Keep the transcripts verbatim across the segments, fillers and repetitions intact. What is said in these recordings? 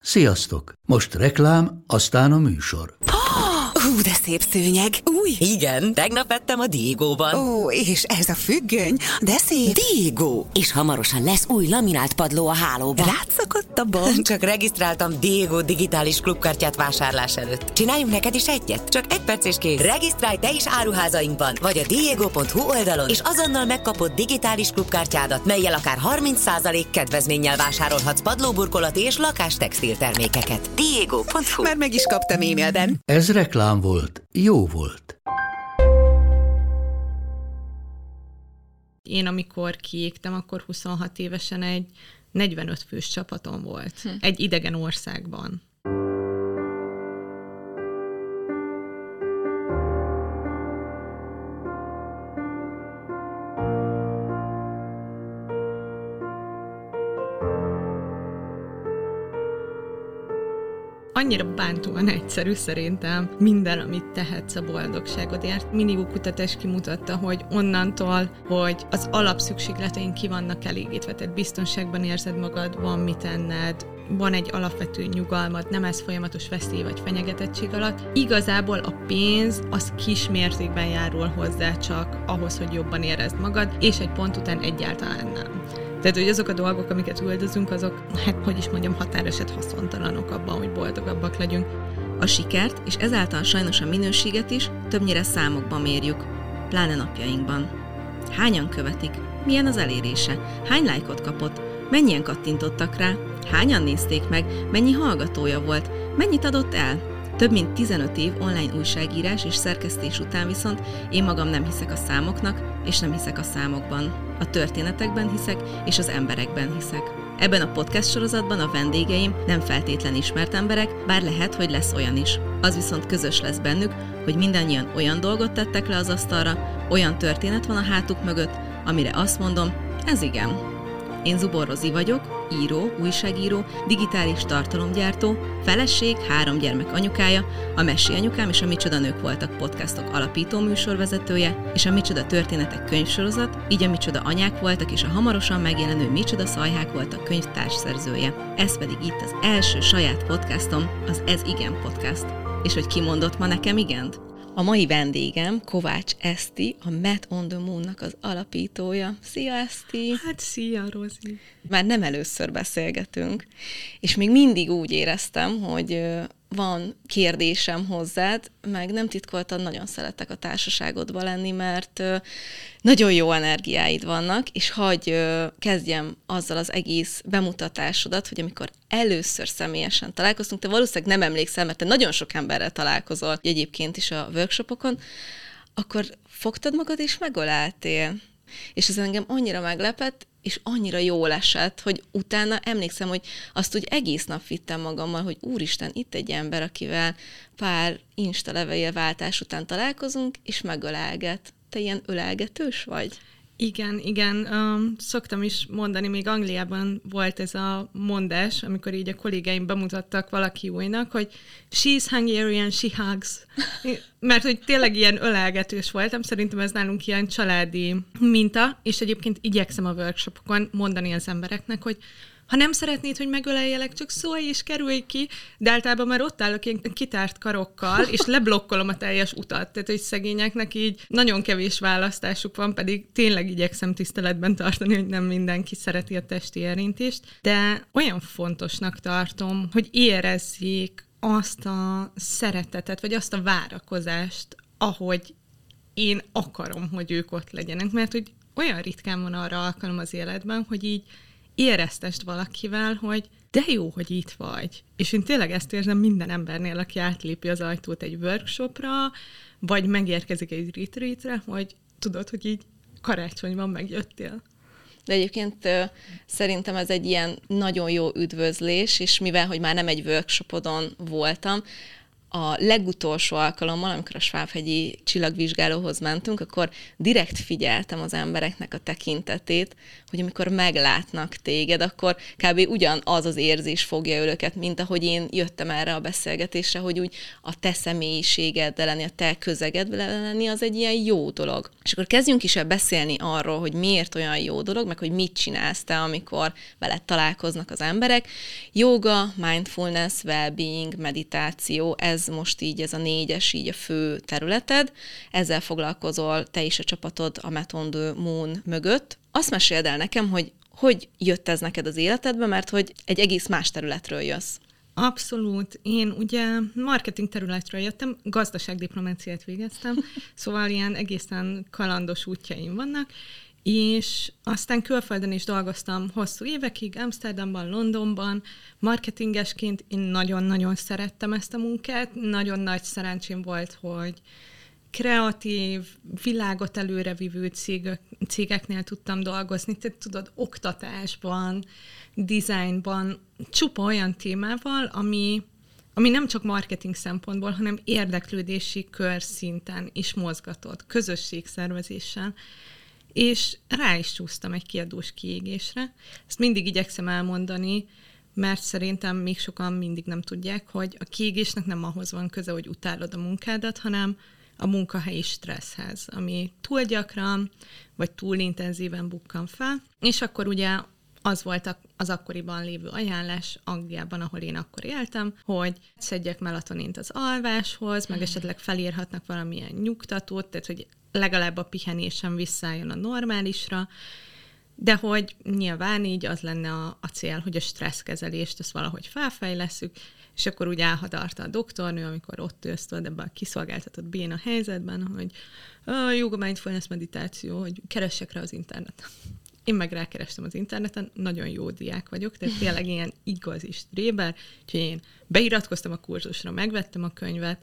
Sziasztok! Most reklám, aztán a műsor. Hú, de szép szőnyeg. Új? Igen, tegnap vettem a Diegóban. Ó, és ez a függöny, de szép. Diegó! És hamarosan lesz új laminált padló a hálóban. Rátszakadt a bank. Csak regisztráltam Diegó digitális klubkártyát vásárlás előtt. Csináljunk neked is egyet? Csak egy perc és kész. Regisztrálj te is áruházainkban, vagy a diego pont hu oldalon, és azonnal megkapod digitális klubkártyádat, mellyel akár harminc százalék kedvezménnyel vásárolhatsz padlóburkolati és lakástextil termékeket. diego pont hu. Már meg is kaptam e-mailben. Ez reklám volt, jó volt. Én amikor kiégtem, akkor huszonhat évesen egy negyvenöt fős csapatom volt. Hm. Egy idegen országban. Annyira bántóan egyszerű szerintem minden, amit tehetsz a boldogságodért. Minigó kutatás kimutatta, hogy onnantól, hogy az alapszükségleteink ki vannak elégítve, tehát biztonságban érzed magad, van mit enned, van egy alapvető nyugalmad, nem ez folyamatos veszély vagy fenyegetettség alatt. Igazából a pénz az kis mértékben járul hozzá csak ahhoz, hogy jobban érezd magad, és egy pont után egyáltalán nem. Tehát, hogy azok a dolgok, amiket üldözünk, azok, hát, hogy is mondjam, határeset haszontalanok abban, hogy boldogabbak legyünk. A sikert, és ezáltal sajnos a minőséget is többnyire számokban mérjük, pláne napjainkban. Hányan követik? Milyen az elérése? Hány lájkot kapott? Mennyien kattintottak rá? Hányan nézték meg? Mennyi hallgatója volt? Mennyit adott el? Több mint tizenöt év online újságírás és szerkesztés után viszont én magam nem hiszek a számoknak, és nem hiszek a számokban. A történetekben hiszek, és az emberekben hiszek. Ebben a podcast sorozatban a vendégeim nem feltétlen ismert emberek, bár lehet, hogy lesz olyan is. Az viszont közös lesz bennük, hogy mindannyian olyan dolgot tettek le az asztalra, olyan történet van a hátuk mögött, amire azt mondom, ez igen. Én Zubor Rozi vagyok, író, újságíró, digitális tartalomgyártó, feleség, három gyermek anyukája, a Messi anyukám és a Micsoda nők voltak podcastok alapító műsorvezetője, és a Micsoda történetek könyvsorozat, így a Micsoda anyák voltak, és a hamarosan megjelenő Micsoda szajhák voltak könyv társszerzője. Ez pedig itt az első saját podcastom, az Ez igen podcast. És hogy ki mondott ma nekem igent? A mai vendégem Kovács Eszti, a Matt on the Moon-nak az alapítója. Szia, Eszti! Hát szia, Rozi! Már nem először beszélgetünk, és még mindig úgy éreztem, hogy van kérdésem hozzád, meg nem titkoltan, nagyon szeretek a társaságodba lenni, mert nagyon jó energiáid vannak, és hagyj kezdjem azzal az egész bemutatásodat, hogy amikor először személyesen találkoztunk, te valószínűleg nem emlékszel, mert te nagyon sok emberrel találkozol egyébként is a workshopokon, akkor fogtad magad és megöleltél. És ez engem annyira meglepett, és annyira jól esett, hogy utána emlékszem, hogy azt úgy egész nap vittem magammal, hogy úristen, itt egy ember, akivel pár Insta levélváltás után találkozunk, és megölelget. Te ilyen ölelgetős vagy? Igen, igen. Um, szoktam is mondani, még Angliában volt ez a mondás, amikor így a kollégáim bemutattak valaki újnak, hogy she's Hungarian, she hugs. Mert hogy tényleg ilyen ölelgetős voltam, szerintem ez nálunk ilyen családi minta, és egyébként igyekszem a workshopokon mondani az embereknek, hogy ha nem szeretnéd, hogy megöleljelek, csak szólj és kerülj ki, de általában már ott állok ilyen kitárt karokkal, és leblokkolom a teljes utat. Tehát, hogy szegényeknek így nagyon kevés választásuk van, pedig tényleg igyekszem tiszteletben tartani, hogy nem mindenki szereti a testi érintést, de olyan fontosnak tartom, hogy érezzék azt a szeretetet, vagy azt a várakozást, ahogy én akarom, hogy ők ott legyenek, mert hogy olyan ritkán van arra alkalom az életben, hogy így éreztest valakivel, hogy de jó, hogy itt vagy. És én tényleg ezt érzem minden embernél, aki átlépi az ajtót egy workshopra, vagy megérkezik egy retreatre, hogy tudod, hogy így karácsonyban megjöttél. De egyébként szerintem ez egy ilyen nagyon jó üdvözlés, és mivel, hogy már nem egy workshopodon voltam, a legutolsó alkalommal, amikor a Svábhegyi csillagvizsgálóhoz mentünk, akkor direkt figyeltem az embereknek a tekintetét, hogy amikor meglátnak téged, akkor kb. Ugyanaz az érzés fogja őket, mint ahogy én jöttem erre a beszélgetésre, hogy úgy a te személyiségeddel lenni, a te közegedvel lenni, az egy ilyen jó dolog. És akkor kezdjünk is el beszélni arról, hogy miért olyan jó dolog, meg hogy mit csinálsz te, amikor veled találkoznak az emberek. Jóga, mindfulness, well-being, meditáció, ez most így, ez a négyes, így a fő területed. Ezzel foglalkozol te is a csapatod a Method on the Moon mögött. Azt meséld el nekem, hogy hogy jött ez neked az életedbe, mert hogy egy egész más területről jössz. Abszolút. Én ugye marketing területről jöttem, gazdaságdiplomáciát végeztem, szóval ilyen egészen kalandos útjaim vannak, és aztán külföldön is dolgoztam hosszú évekig, Amsterdamban, Londonban, marketingesként. Én nagyon-nagyon szerettem ezt a munkát, nagyon nagy szerencsém volt, hogy kreatív, világot előrevívő cégek, cégeknél tudtam dolgozni, tehát tudod, oktatásban, dizájnban, csupa olyan témával, ami, ami nem csak marketing szempontból, hanem érdeklődési kör szinten is mozgatott, közösségszervezéssel. És rá is csúsztam egy kiadós kiégésre. Ezt mindig igyekszem elmondani, mert szerintem még sokan mindig nem tudják, hogy a kiégésnek nem ahhoz van köze, hogy utálod a munkádat, hanem a munkahelyi stresszhez, ami túl gyakran, vagy túl intenzíven bukkan fel. És akkor ugye az volt az akkoriban lévő ajánlás Angliában, ahol én akkor éltem, hogy szedjek melatonint az alváshoz, meg esetleg felírhatnak valamilyen nyugtatót, tehát hogy legalább a pihenésem visszaálljon a normálisra, de hogy nyilván így az lenne a, a cél, hogy a stresszkezelést azt valahogy felfejlesszük, és akkor úgy elhadarta a doktornő, amikor ott ülsz ebben a kiszolgáltatott béna helyzetben, hogy yoga, mindfulness, meditáció, hogy keressek rá az interneten. Én meg rákerestem az interneten, nagyon jó diák vagyok, tehát tényleg ilyen igazi stréber, úgyhogy én beiratkoztam a kurzusra, megvettem a könyvet,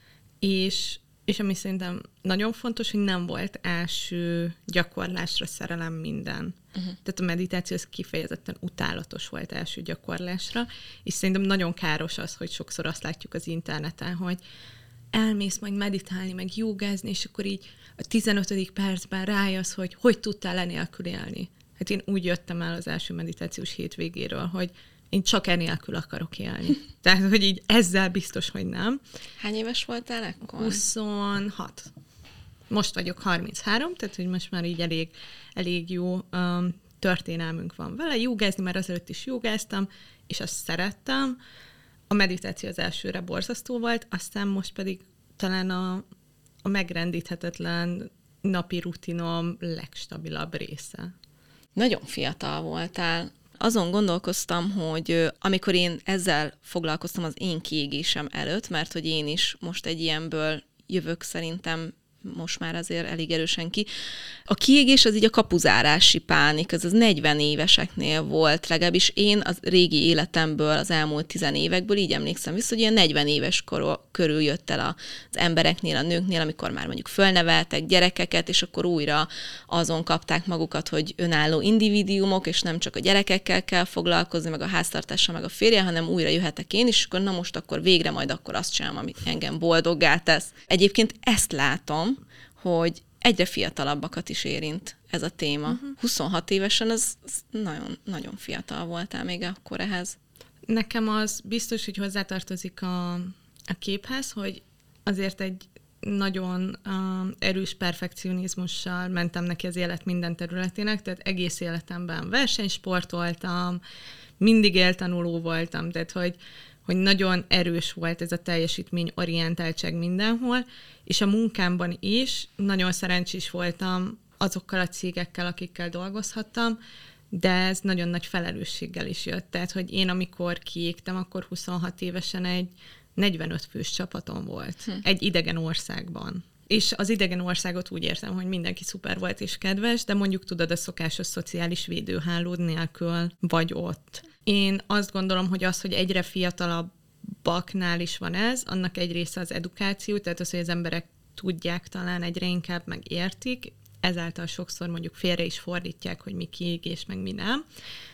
és, és ami szerintem nagyon fontos, hogy nem volt első gyakorlásra szerelem minden. Uh-huh. Tehát a meditáció az kifejezetten utálatos volt első gyakorlásra, és szerintem nagyon káros az, hogy sokszor azt látjuk az interneten, hogy elmész majd meditálni, meg jogázni, és akkor így a tizenötödik percben rájössz, hogy hogy tudtál enélkül élni. Hát én úgy jöttem el az első meditációs hétvégéről, hogy én csak enélkül akarok élni. Tehát, hogy így ezzel biztos, hogy nem. Hány éves voltál ekkor? huszonhat. Most vagyok harminchárom, tehát, hogy most már így elég, elég jó um, történelmünk van vele. Jogázni már azelőtt is jogáztam, és azt szerettem. A meditáció az elsőre borzasztó volt, aztán most pedig talán a, a megrendíthetetlen napi rutinom legstabilabb része. Nagyon fiatal voltál. Azon gondolkoztam, hogy amikor én ezzel foglalkoztam az én kiégésem előtt, mert hogy én is most egy ilyenből jövök szerintem most már azért elég erősen ki. A kiégés az így a kapuzárási pánik, ez az negyven éveseknél volt, legalábbis én az régi életemből, az elmúlt tizen évekből így emlékszem vissza, hogy ilyen negyven éves kor, körül jött el az embereknél, a nőknél, amikor már mondjuk fölneveltek gyerekeket, és akkor újra azon kapták magukat, hogy önálló individuumok, és nem csak a gyerekekkel kell foglalkozni, meg a háztartással, meg a férje, hanem újra jöhetek én is, és akkor na most akkor végre majd akkor azt csinálom, amit engem boldoggá tesz. Egyébként ezt látom, hogy egyre fiatalabbakat is érint ez a téma. Uh-huh. huszonhat évesen az, az nagyon, nagyon fiatal voltál még akkor ehhez. Nekem az biztos, hogy hozzátartozik a, a képhez, hogy azért egy nagyon uh, erős perfekcionizmussal mentem neki az élet minden területének, tehát egész életemben versenysportoltam, mindig éltanuló voltam, tehát hogy hogy nagyon erős volt ez a teljesítményorientáltság mindenhol, és a munkámban is nagyon szerencsés voltam azokkal a cégekkel, akikkel dolgozhattam, de ez nagyon nagy felelősséggel is jött. Tehát, hogy én amikor kiégtem, akkor huszonhat évesen egy negyvenöt fős csapatom volt. Hm. Egy idegen országban. És az idegen országot úgy értem, hogy mindenki szuper volt és kedves, de mondjuk tudod, a szokásos szociális védőhálód nélkül vagy ott. Én azt gondolom, hogy az, hogy egyre fiatalabbaknál is van ez, annak egy része az edukáció, tehát az, hogy az emberek tudják talán egyre inkább, meg értik, ezáltal sokszor mondjuk félre is fordítják, hogy mi kiégés, meg mi nem.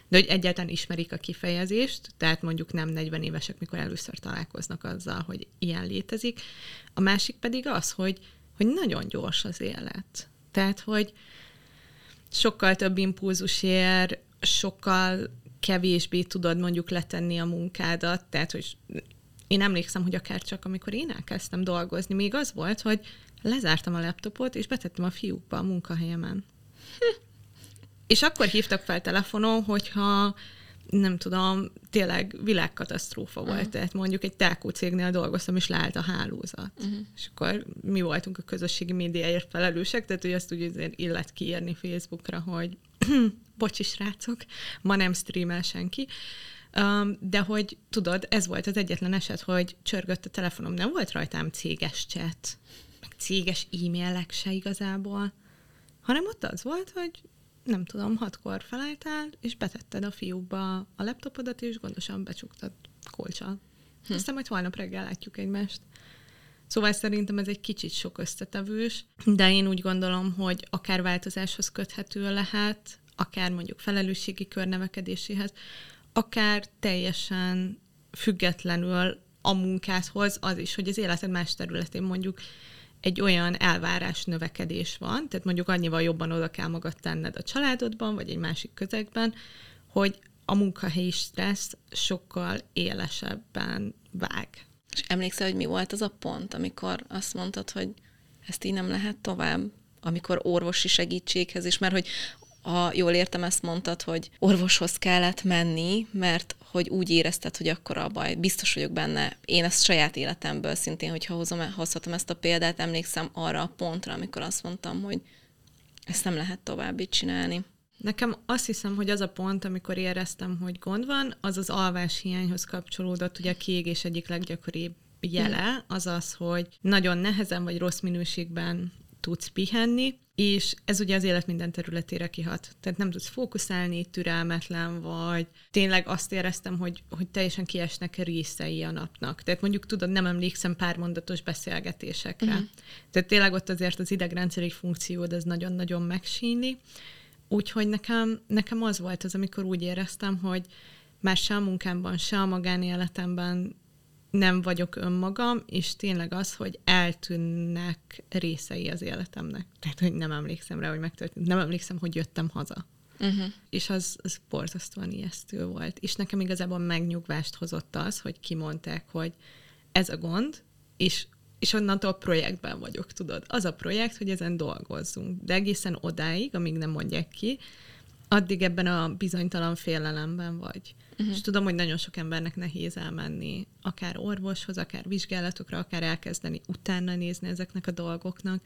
de hogy egyáltalán ismerik a kifejezést, tehát mondjuk nem negyven évesek, mikor először találkoznak azzal, hogy ilyen létezik. A másik pedig az, hogy, hogy nagyon gyors az élet. Tehát, hogy sokkal több impulzus ér, sokkal kevésbé tudod mondjuk letenni a munkádat, tehát, hogy én emlékszem, hogy akár csak amikor én elkezdtem dolgozni, még az volt, hogy lezártam a laptopot, és betettem a fiúkba a munkahelyemen. És akkor hívtak fel telefonon, hogyha nem tudom, tényleg világkatasztrófa volt. Uh-huh. Tehát mondjuk egy telkó cégnél dolgoztam, és leállt a hálózat. Uh-huh. És akkor mi voltunk a közösségi médiáért felelősek, tehát hogy azt úgy illet kiírni Facebookra, hogy bocsi srácok, ma nem streamel senki. Um, de hogy tudod, ez volt az egyetlen eset, hogy csörgött a telefonom, nem volt rajtám céges chat, meg céges e-mailek se igazából, hanem ott az volt, hogy nem tudom, hatkor felálltál, és betetted a fiúkba a laptopodat, és gondosan becsuktad kulccsal. Hm. Aztán majd holnap reggel látjuk egymást. Szóval szerintem ez egy kicsit sok összetevős, de én úgy gondolom, hogy akár változáshoz köthető lehet, akár mondjuk felelősségi kör növekedéséhez, akár teljesen függetlenül a munkádhoz az is, hogy az életed más területén mondjuk egy olyan elvárás növekedés van, tehát mondjuk annyival jobban oda kell magad tenned a családodban, vagy egy másik közegben, hogy a munkahelyi stressz sokkal élesebben vág. És emlékszel, hogy mi volt az a pont, amikor azt mondtad, hogy ezt így nem lehet tovább? Amikor orvosi segítséghez is, mert hogy ha jól értem, ezt mondtad, hogy orvoshoz kellett menni, mert hogy úgy érezted, hogy akkor a baj. Biztos vagyok benne. Én ezt saját életemből szintén, hogyha hozom, hozhatom ezt a példát, emlékszem arra a pontra, amikor azt mondtam, hogy ezt nem lehet tovább így csinálni. Nekem azt hiszem, hogy az a pont, amikor éreztem, hogy gond van, az az alváshiányhoz kapcsolódott. Ugye a kiégés egyik leggyakoribb jele az az, hogy nagyon nehezen vagy rossz minőségben tudsz pihenni, és ez ugye az élet minden területére kihat. Tehát nem tudsz fókuszálni, türelmetlen vagy. Tényleg azt éreztem, hogy, hogy teljesen kiesnek részei a napnak. Tehát mondjuk tudod, nem emlékszem pármondatos beszélgetésekre. Uh-huh. Tehát tényleg ott azért az idegrendszeri funkciód az nagyon-nagyon megsínli. Úgyhogy nekem, nekem az volt az, amikor úgy éreztem, hogy már se a munkámban, se a magánéletemben nem vagyok önmagam, és tényleg az, hogy eltűnnek részei az életemnek. Tehát, hogy nem emlékszem rá, hogy megtörtént. Nem emlékszem, hogy jöttem haza. Uh-huh. És az, az borzasztóan ijesztő volt. És nekem igazából megnyugvást hozott az, hogy kimondták, hogy ez a gond, és, és onnantól projektben vagyok, tudod. Az a projekt, hogy ezen dolgozzunk. De egészen odáig, amíg nem mondják ki, addig ebben a bizonytalan félelemben vagy. Uh-huh. És tudom, hogy nagyon sok embernek nehéz elmenni, akár orvoshoz, akár vizsgálatokra, akár elkezdeni utána nézni ezeknek a dolgoknak,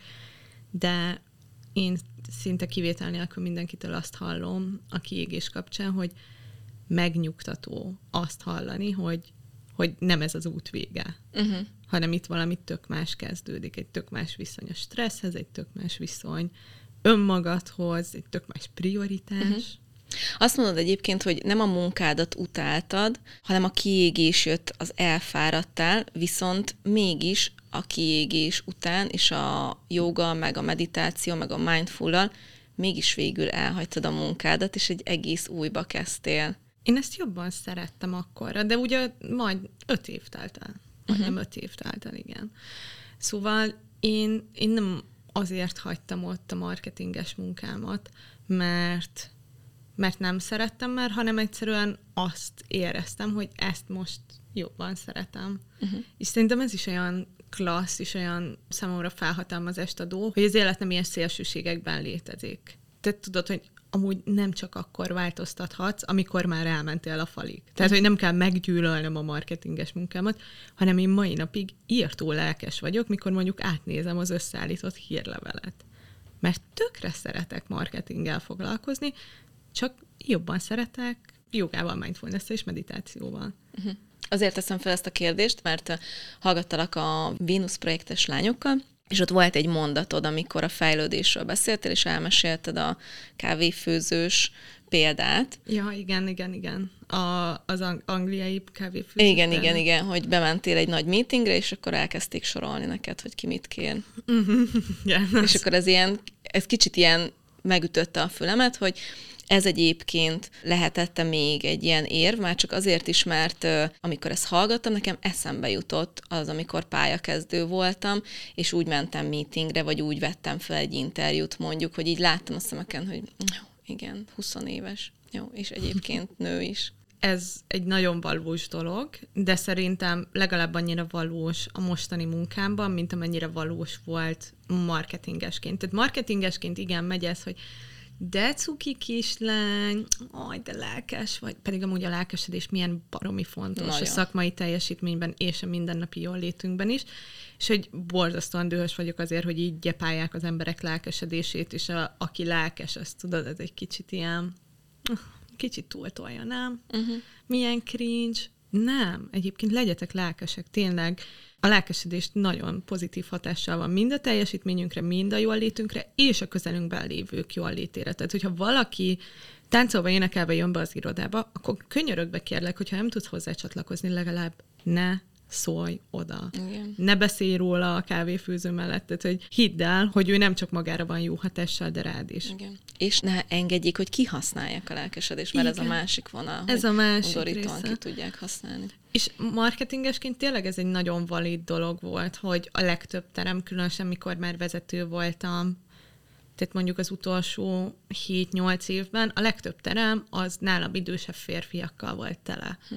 de én szinte kivétel nélkül mindenkitől azt hallom a kiégés kapcsán, hogy megnyugtató azt hallani, hogy, hogy nem ez az út vége, uh-huh. hanem itt valami tök más kezdődik, egy tök más viszony a stresszhez, egy tök más viszony önmagadhoz, egy tök más prioritás. Uh-huh. Azt mondod egyébként, hogy nem a munkádat utáltad, hanem a kiégés jött, az elfáradtál, viszont mégis a kiégés után, és a jóga, meg a meditáció, meg a mindful-al mégis végül elhagytad a munkádat, és egy egész újba kezdtél. Én ezt jobban szerettem akkorra, de ugye majd öt év telt el. Majdnem uh-huh. öt év telt el, igen. Szóval én, én nem azért hagytam ott a marketinges munkámat, mert mert nem szerettem már, hanem egyszerűen azt éreztem, hogy ezt most jobban szeretem. Uh-huh. És szerintem ez is olyan klassz, és olyan számomra felhatalmazást adó, hogy az élet nem ilyen szélsőségekben létezik. Tehát tudod, hogy amúgy nem csak akkor változtathatsz, amikor már elmentél a falig. Tehát, hogy nem kell meggyűlölnöm a marketinges munkámat, hanem én mai napig írtó lelkes vagyok, mikor mondjuk átnézem az összeállított hírlevelet. Mert tökre szeretek marketinggel foglalkozni, csak jobban szeretek jogával, mindfulness-szel és meditációval. Uh-huh. Azért teszem fel ezt a kérdést, mert hallgattalak a Vénusz projektes lányokkal, és ott volt egy mondatod, amikor a fejlődésről beszéltél, és elmesélted a kávéfőzős példát. Ja, igen, igen, igen. A, az ang- angliai kávéfőző. Igen, példát. igen, igen, hogy bementél egy nagy meetingre, és akkor elkezdték sorolni neked, hogy ki mit kér. Uh-huh. Yeah, és akkor ez ilyen, ez kicsit ilyen megütötte a fülemet, hogy Ez egyébként lehetette még egy ilyen érv, már csak azért is, mert uh, amikor ezt hallgattam, nekem eszembe jutott az, amikor pályakezdő voltam, és úgy mentem meetingre, vagy úgy vettem fel egy interjút mondjuk, hogy így láttam a szemeken, hogy igen, húsz éves, jó, és egyébként nő is. Ez egy nagyon valós dolog, de szerintem legalább annyira valós a mostani munkámban, mint amennyire valós volt marketingesként. Tehát marketingesként igen, megy ez, hogy de cuki kislány, aj, de lelkes vagy, pedig amúgy a lelkesedés milyen baromi fontos nagyon. A szakmai teljesítményben és a mindennapi jól létünkben is, és hogy borzasztóan dühös vagyok azért, hogy így gyepálják az emberek lelkesedését, és a, aki lelkes, azt tudod, ez egy kicsit ilyen, kicsit túltolja, nem? Uh-huh. Milyen cringe. Nem, egyébként legyetek lelkesek, tényleg. A lelkesedés nagyon pozitív hatással van mind a teljesítményünkre, mind a jól létünkre, és a közelünkben lévők jól létére. Tehát, hogyha valaki táncolva, énekelve jön be az irodába, akkor könyörögbe kérlek, hogyha nem tudsz hozzá csatlakozni, legalább ne szólj oda. Igen. Ne beszélj róla a kávéfőző mellett, tehát, hogy hidd el, hogy ő nem csak magára van jó hatással, de rád is. Igen. És ne engedjék, hogy kihasználják a lelkesedést, mert igen. ez a másik vonal, ez a másik udorítóan ki tudják használni. És marketingesként tényleg ez egy nagyon valid dolog volt, hogy a legtöbb terem, különösen mikor már vezető voltam, tehát mondjuk az utolsó hét-nyolc évben, a legtöbb terem az nálam idősebb férfiakkal volt tele. Hm.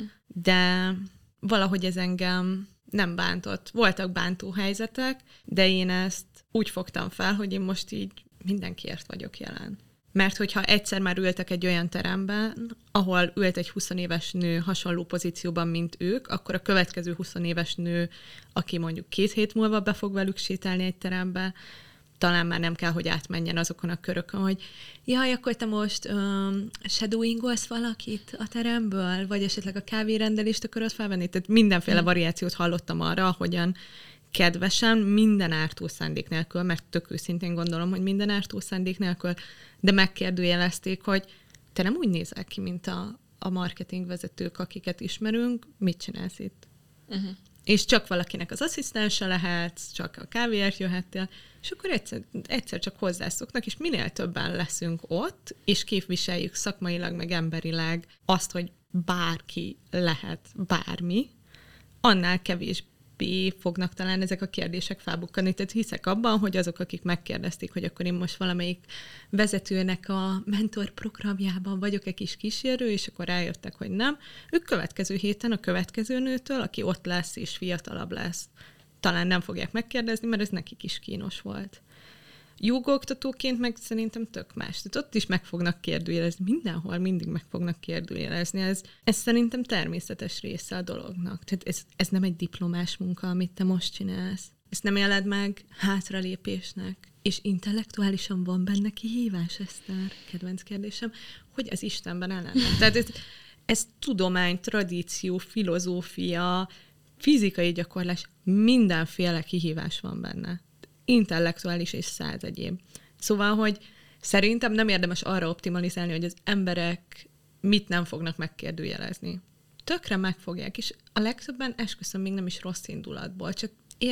De valahogy ez engem nem bántott. Voltak bántó helyzetek, de én ezt úgy fogtam fel, hogy én most így mindenkiért vagyok jelen. Mert hogyha egyszer már ültek egy olyan teremben, ahol ült egy húsz éves nő hasonló pozícióban, mint ők, akkor a következő húsz éves nő, aki mondjuk két hét múlva be fog velük sétálni egy terembe, talán már nem kell, hogy átmenjen azokon a körökön, hogy jaj, akkor te most um, shadowingolsz valakit a teremből, vagy esetleg a kávérendelést akarod felvenni. Tehát mindenféle mm. variációt hallottam arra, hogyan kedvesen, minden ártó szándék nélkül, mert tök őszintén gondolom, hogy minden ártó szándék nélkül, de megkérdőjelezték, hogy te nem úgy nézel ki, mint a, a marketingvezetők, akiket ismerünk, mit csinálsz itt? Uh-huh. És csak valakinek az asszisztense lehetsz, csak a kávéért jöhettél, és akkor egyszer, egyszer csak hozzászoknak, és minél többen leszünk ott, és képviseljük szakmailag, meg emberileg azt, hogy bárki lehet bármi, annál kevésbé fognak talán ezek a kérdések felbukkani. Tehát hiszek abban, hogy azok, akik megkérdezték, hogy akkor én most valamelyik vezetőnek a mentor programjában vagyok egy kis kísérő, és akkor rájöttek, hogy nem. Ők következő héten a következő nőtől, aki ott lesz és fiatalabb lesz, talán nem fogják megkérdezni, mert ez nekik is kínos volt. Jogoktatóként meg szerintem tök más. Tehát ott is meg fognak kérdőjelezni, mindenhol mindig meg fognak kérdőjelezni. Ez, ez szerintem természetes része a dolognak. Tehát ez, ez nem egy diplomás munka, amit te most csinálsz. Ezt nem éled meg hátralépésnek. És intellektuálisan van benne kihívás, Eszter, kedvenc kérdésem, hogy az Istenben ellenben. Tehát ez, ez tudomány, tradíció, filozófia, fizikai gyakorlás, mindenféle kihívás van benne. Intellektuális és száz egyéb. Szóval, hogy szerintem nem érdemes arra optimalizálni, hogy az emberek mit nem fognak megkérdőjelezni. Tökre megfogják, és a legtöbben esküszöm még nem is rossz indulatból, csak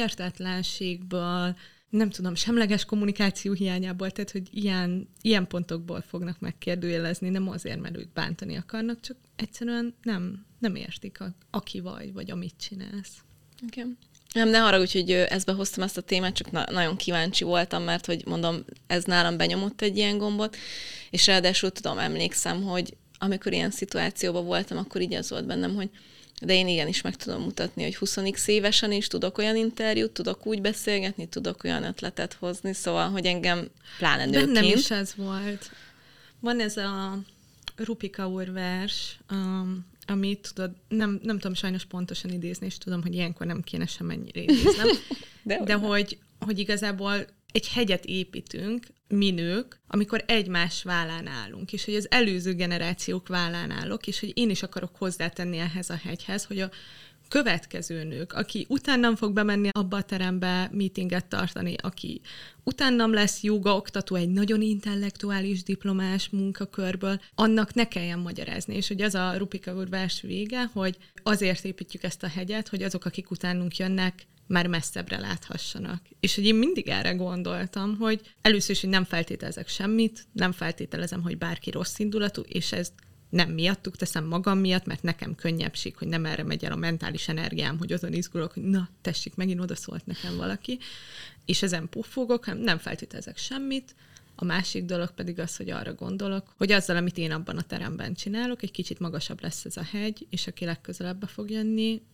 értetlenségből, nem tudom, semleges kommunikáció hiányából, tehát, hogy ilyen, ilyen pontokból fognak megkérdőjelezni, nem azért, mert ők bántani akarnak, csak egyszerűen nem, nem értik, a, aki vagy, vagy amit csinálsz. Okay. Nem, ne haragudj, hogy ezt behoztam ezt a témát, csak na- nagyon kíváncsi voltam, mert hogy mondom, ez nálam benyomott egy ilyen gombot, és ráadásul tudom, emlékszem, hogy amikor ilyen szituációban voltam, akkor így az volt bennem, hogy de én igenis meg tudom mutatni, hogy húsz évesen is tudok olyan interjút, tudok úgy beszélgetni, tudok olyan ötletet hozni, szóval, hogy engem pláne nőként. Bennem is ez volt. Van ez a Rupika úr vers, um, amit tudod, nem, nem tudom sajnos pontosan idézni, és tudom, hogy ilyenkor nem kéne semennyire idéznem, de, de hogy, hogy igazából egy hegyet építünk, mi nők, amikor egymás vállán állunk, és hogy az előző generációk vállán állok, és hogy én is akarok hozzátenni ehhez a hegyhez, hogy a következő nők, aki utánam fog bemenni abba a terembe meetinget tartani, aki utánam lesz jóga oktató egy nagyon intellektuális diplomás munkakörből, annak ne kelljen magyarázni. És hogy az a Rupika úr vers vége, hogy azért építjük ezt a hegyet, hogy azok, akik utánunk jönnek, már messzebbre láthassanak. És hogy én mindig erre gondoltam, hogy először is, hogy nem feltételezek semmit, nem feltételezem, hogy bárki rossz indulatú, és ez nem miattuk teszem magam miatt, mert nekem könnyebbség, hogy nem erre megy el a mentális energiám, hogy azon izgulok, hogy na, tessék, megint odaszólt nekem valaki, és ezen puffogok, hanem nem feltételezek semmit. A másik dolog pedig az, hogy arra gondolok, hogy azzal, amit én abban a teremben csinálok, egy kicsit magasabb lesz ez a hegy, és aki legközelebbe fog jönni,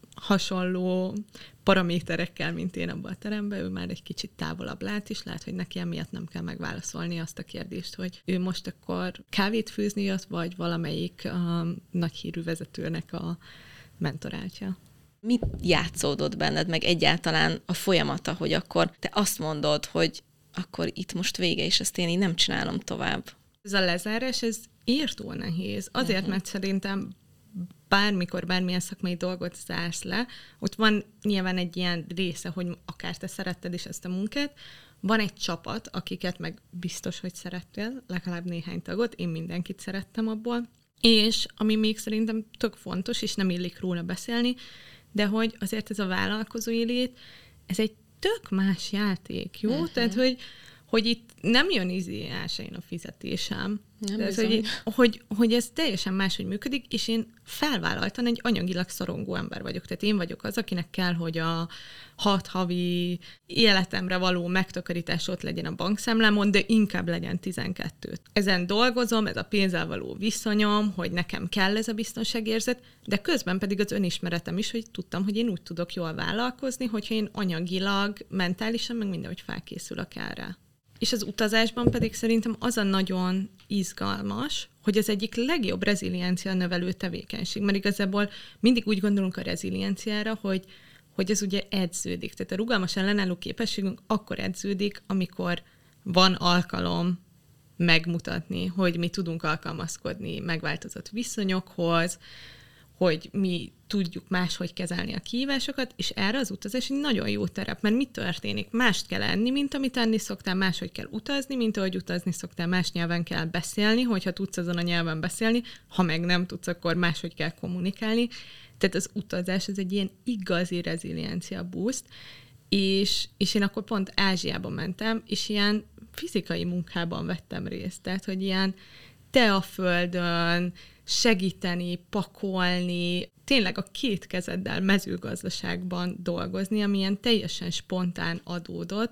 hasonló paraméterekkel, mint én abban a teremben, ő már egy kicsit távolabb lát is, lehet, hogy neki emiatt nem kell megválaszolni azt a kérdést, hogy ő most akkor kávét főzni jött, vagy valamelyik a nagy hírű vezetőnek a mentoráltja. Mit játszódott benned, meg egyáltalán a folyamata, hogy akkor te azt mondod, hogy akkor itt most vége, és ezt én így nem csinálom tovább? Ez a lezárás, ez írtó nehéz. Azért, uh-huh. mert szerintem bármikor, bármilyen szakmai dolgot zársz le, ott van nyilván egy ilyen része, hogy akár te szeretted is ezt a munkát, van egy csapat, akiket meg biztos, hogy szerettél, legalább néhány tagot, én mindenkit szerettem abból, és ami még szerintem tök fontos, és nem illik róla beszélni, de hogy azért ez a vállalkozói lét, ez egy tök más játék, jó? Uh-huh. Tehát, hogy, hogy itt nem jön izé elsőjén a fizetésem. Tehát, hogy, hogy, hogy ez teljesen máshogy működik, és én felvállaltan egy anyagilag szorongó ember vagyok. Tehát én vagyok az, akinek kell, hogy a hat havi életemre való megtakarítás ott legyen a bankszámlámon, de inkább legyen tizenkettő. Ezen dolgozom, ez a pénzzel való viszonyom, hogy nekem kell ez a biztonságérzet, de közben pedig az önismeretem is, hogy tudtam, hogy én úgy tudok jól vállalkozni, hogyha én anyagilag, mentálisan, meg mindenhogy felkészülök erre. És az utazásban pedig szerintem az a nagyon izgalmas, hogy az egyik legjobb reziliencia növelő tevékenység, mert igazából mindig úgy gondolunk a rezilienciára, hogy, hogy ez ugye edződik. Tehát a rugalmas ellenálló képességünk akkor edződik, amikor van alkalom megmutatni, hogy mi tudunk alkalmazkodni megváltozott viszonyokhoz, hogy mi tudjuk máshogy kezelni a kihívásokat, és erre az utazás egy nagyon jó terep, mert mi történik? Mást kell enni, mint amit enni szoktál, máshogy kell utazni, mint ahogy utazni szoktál, más nyelven kell beszélni, hogyha tudsz azon a nyelven beszélni, ha meg nem tudsz, akkor máshogy kell kommunikálni. Tehát az utazás, ez egy ilyen igazi reziliencia boost, és, és én akkor pont Ázsiába mentem, és ilyen fizikai munkában vettem részt, tehát, hogy ilyen te a földön, segíteni, pakolni, tényleg a két kezeddel mezőgazdaságban dolgozni, ami ilyen teljesen spontán adódott,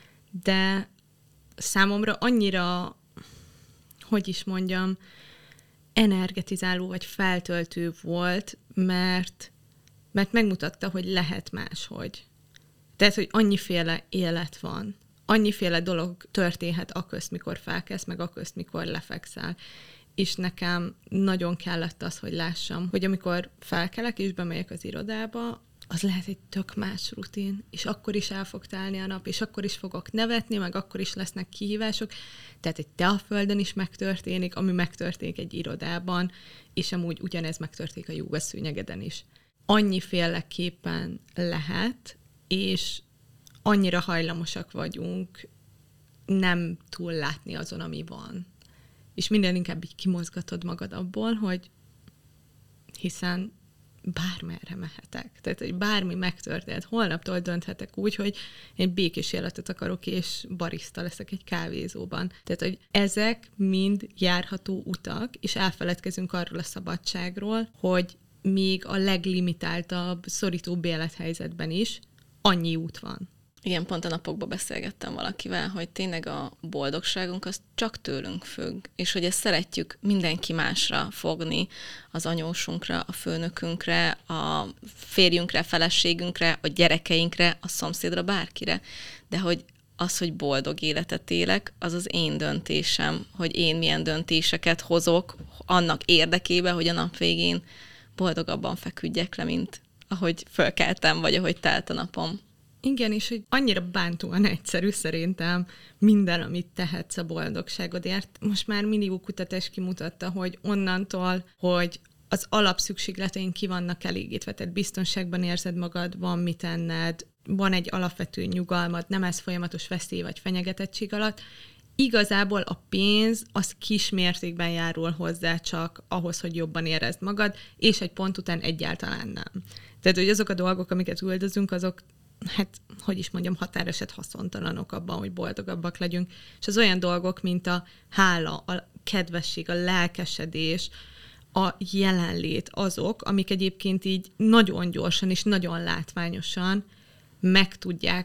de számomra annyira, hogy is mondjam, energetizáló vagy feltöltő volt, mert, mert megmutatta, hogy lehet máshogy. Tehát, hogy annyiféle élet van, annyiféle dolog történhet aközt, mikor felkelsz, meg aközt, mikor lefekszel. És nekem nagyon kellett az, hogy lássam, hogy amikor felkelek és bemegyek az irodába, az lehet egy tök más rutin, és akkor is el fog telni a nap, és akkor is fogok nevetni, meg akkor is lesznek kihívások. Tehát egy te a földön is megtörténik, ami megtörténik egy irodában, és amúgy ugyanez megtörténik a jóga szőnyegeden is. Annyiféleképpen lehet, és annyira hajlamosak vagyunk nem túl látni azon, ami van. És minden inkább így kimozgatod magad abból, hogy hiszen bármerre mehetek. Tehát, hogy bármi megtörtént. Holnaptól dönthetek úgy, hogy én békés életet akarok, és barista leszek egy kávézóban. Tehát, hogy ezek mind járható utak, és elfeledkezünk arról a szabadságról, hogy még a leglimitáltabb, szorítóbb élethelyzetben is annyi út van. Igen, pont a napokban beszélgettem valakivel, hogy tényleg a boldogságunk az csak tőlünk függ, és hogy ezt szeretjük mindenki másra fogni, az anyósunkra, a főnökünkre, a férjünkre, a feleségünkre, a gyerekeinkre, a szomszédra, bárkire. De hogy az, hogy boldog életet élek, az az én döntésem, hogy én milyen döntéseket hozok annak érdekében, hogy a nap végén boldogabban feküdjek le, mint ahogy fölkeltem, vagy ahogy telt a napom. Igen, és hogy annyira bántóan egyszerű szerintem minden, amit tehetsz a boldogságodért. Most már millió kutatás kimutatta, hogy onnantól, hogy az alapszükségleteink ki vannak elégítve, tehát biztonságban érzed magad, van mit enned, van egy alapvető nyugalmad, nem ez folyamatos veszély vagy fenyegetettség alatt. Igazából a pénz az kis mértékben járul hozzá csak ahhoz, hogy jobban érezd magad, és egy pont után egyáltalán nem. Tehát, hogy azok a dolgok, amiket üldözünk, azok hát, hogy is mondjam, határeset haszontalanok abban, hogy boldogabbak legyünk. És az olyan dolgok, mint a hála, a kedvesség, a lelkesedés, a jelenlét azok, amik egyébként így nagyon gyorsan és nagyon látványosan meg tudják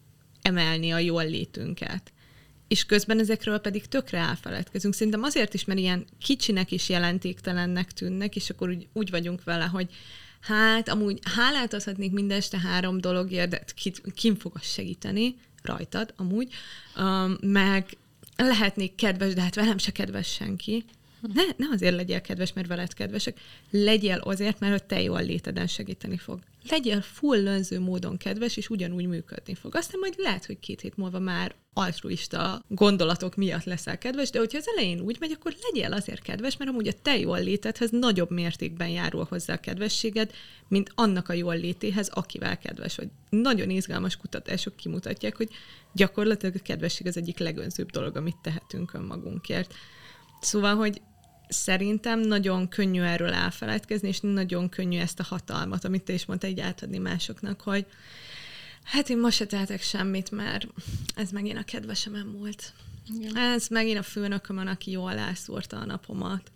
emelni a jól létünket. És közben ezekről pedig tökre elfeledkezünk. Szerintem azért is, mert ilyen kicsinek és jelentéktelennek tűnnek, és akkor úgy, úgy vagyunk vele, hogy hát amúgy hálát adhatnék minden este három dologért, de ki, kim fog az segíteni? Rajtad amúgy. Um, meg lehetnék kedves, de hát velem se kedves senki. Ne, ne azért legyél kedves, mert veled kedvesek. Legyél azért, mert a te jól léteden segíteni fog. Legyél full lönző módon kedves, és ugyanúgy működni fog. Aztán majd lehet, hogy két hét múlva már altruista gondolatok miatt leszel kedves, de hogyha az elején úgy megy, akkor legyél azért kedves, mert amúgy a te jól létedhez nagyobb mértékben járul hozzá a kedvességed, mint annak a jól létéhez, akivel kedves vagy. Nagyon izgalmas kutatások kimutatják, hogy gyakorlatilag a kedvesség az egyik legönzőbb dolog, amit tehetünk önmagunkért. Szóval, hogy szerintem nagyon könnyű erről elfeledkezni, és nagyon könnyű ezt a hatalmat, amit te is mondtál, így átadni másoknak, hogy hát én most se tehetek semmit, mert ez megint a kedvesemen múlt. Igen. Ez megint a főnökömön, aki jól elszúrta a napomat.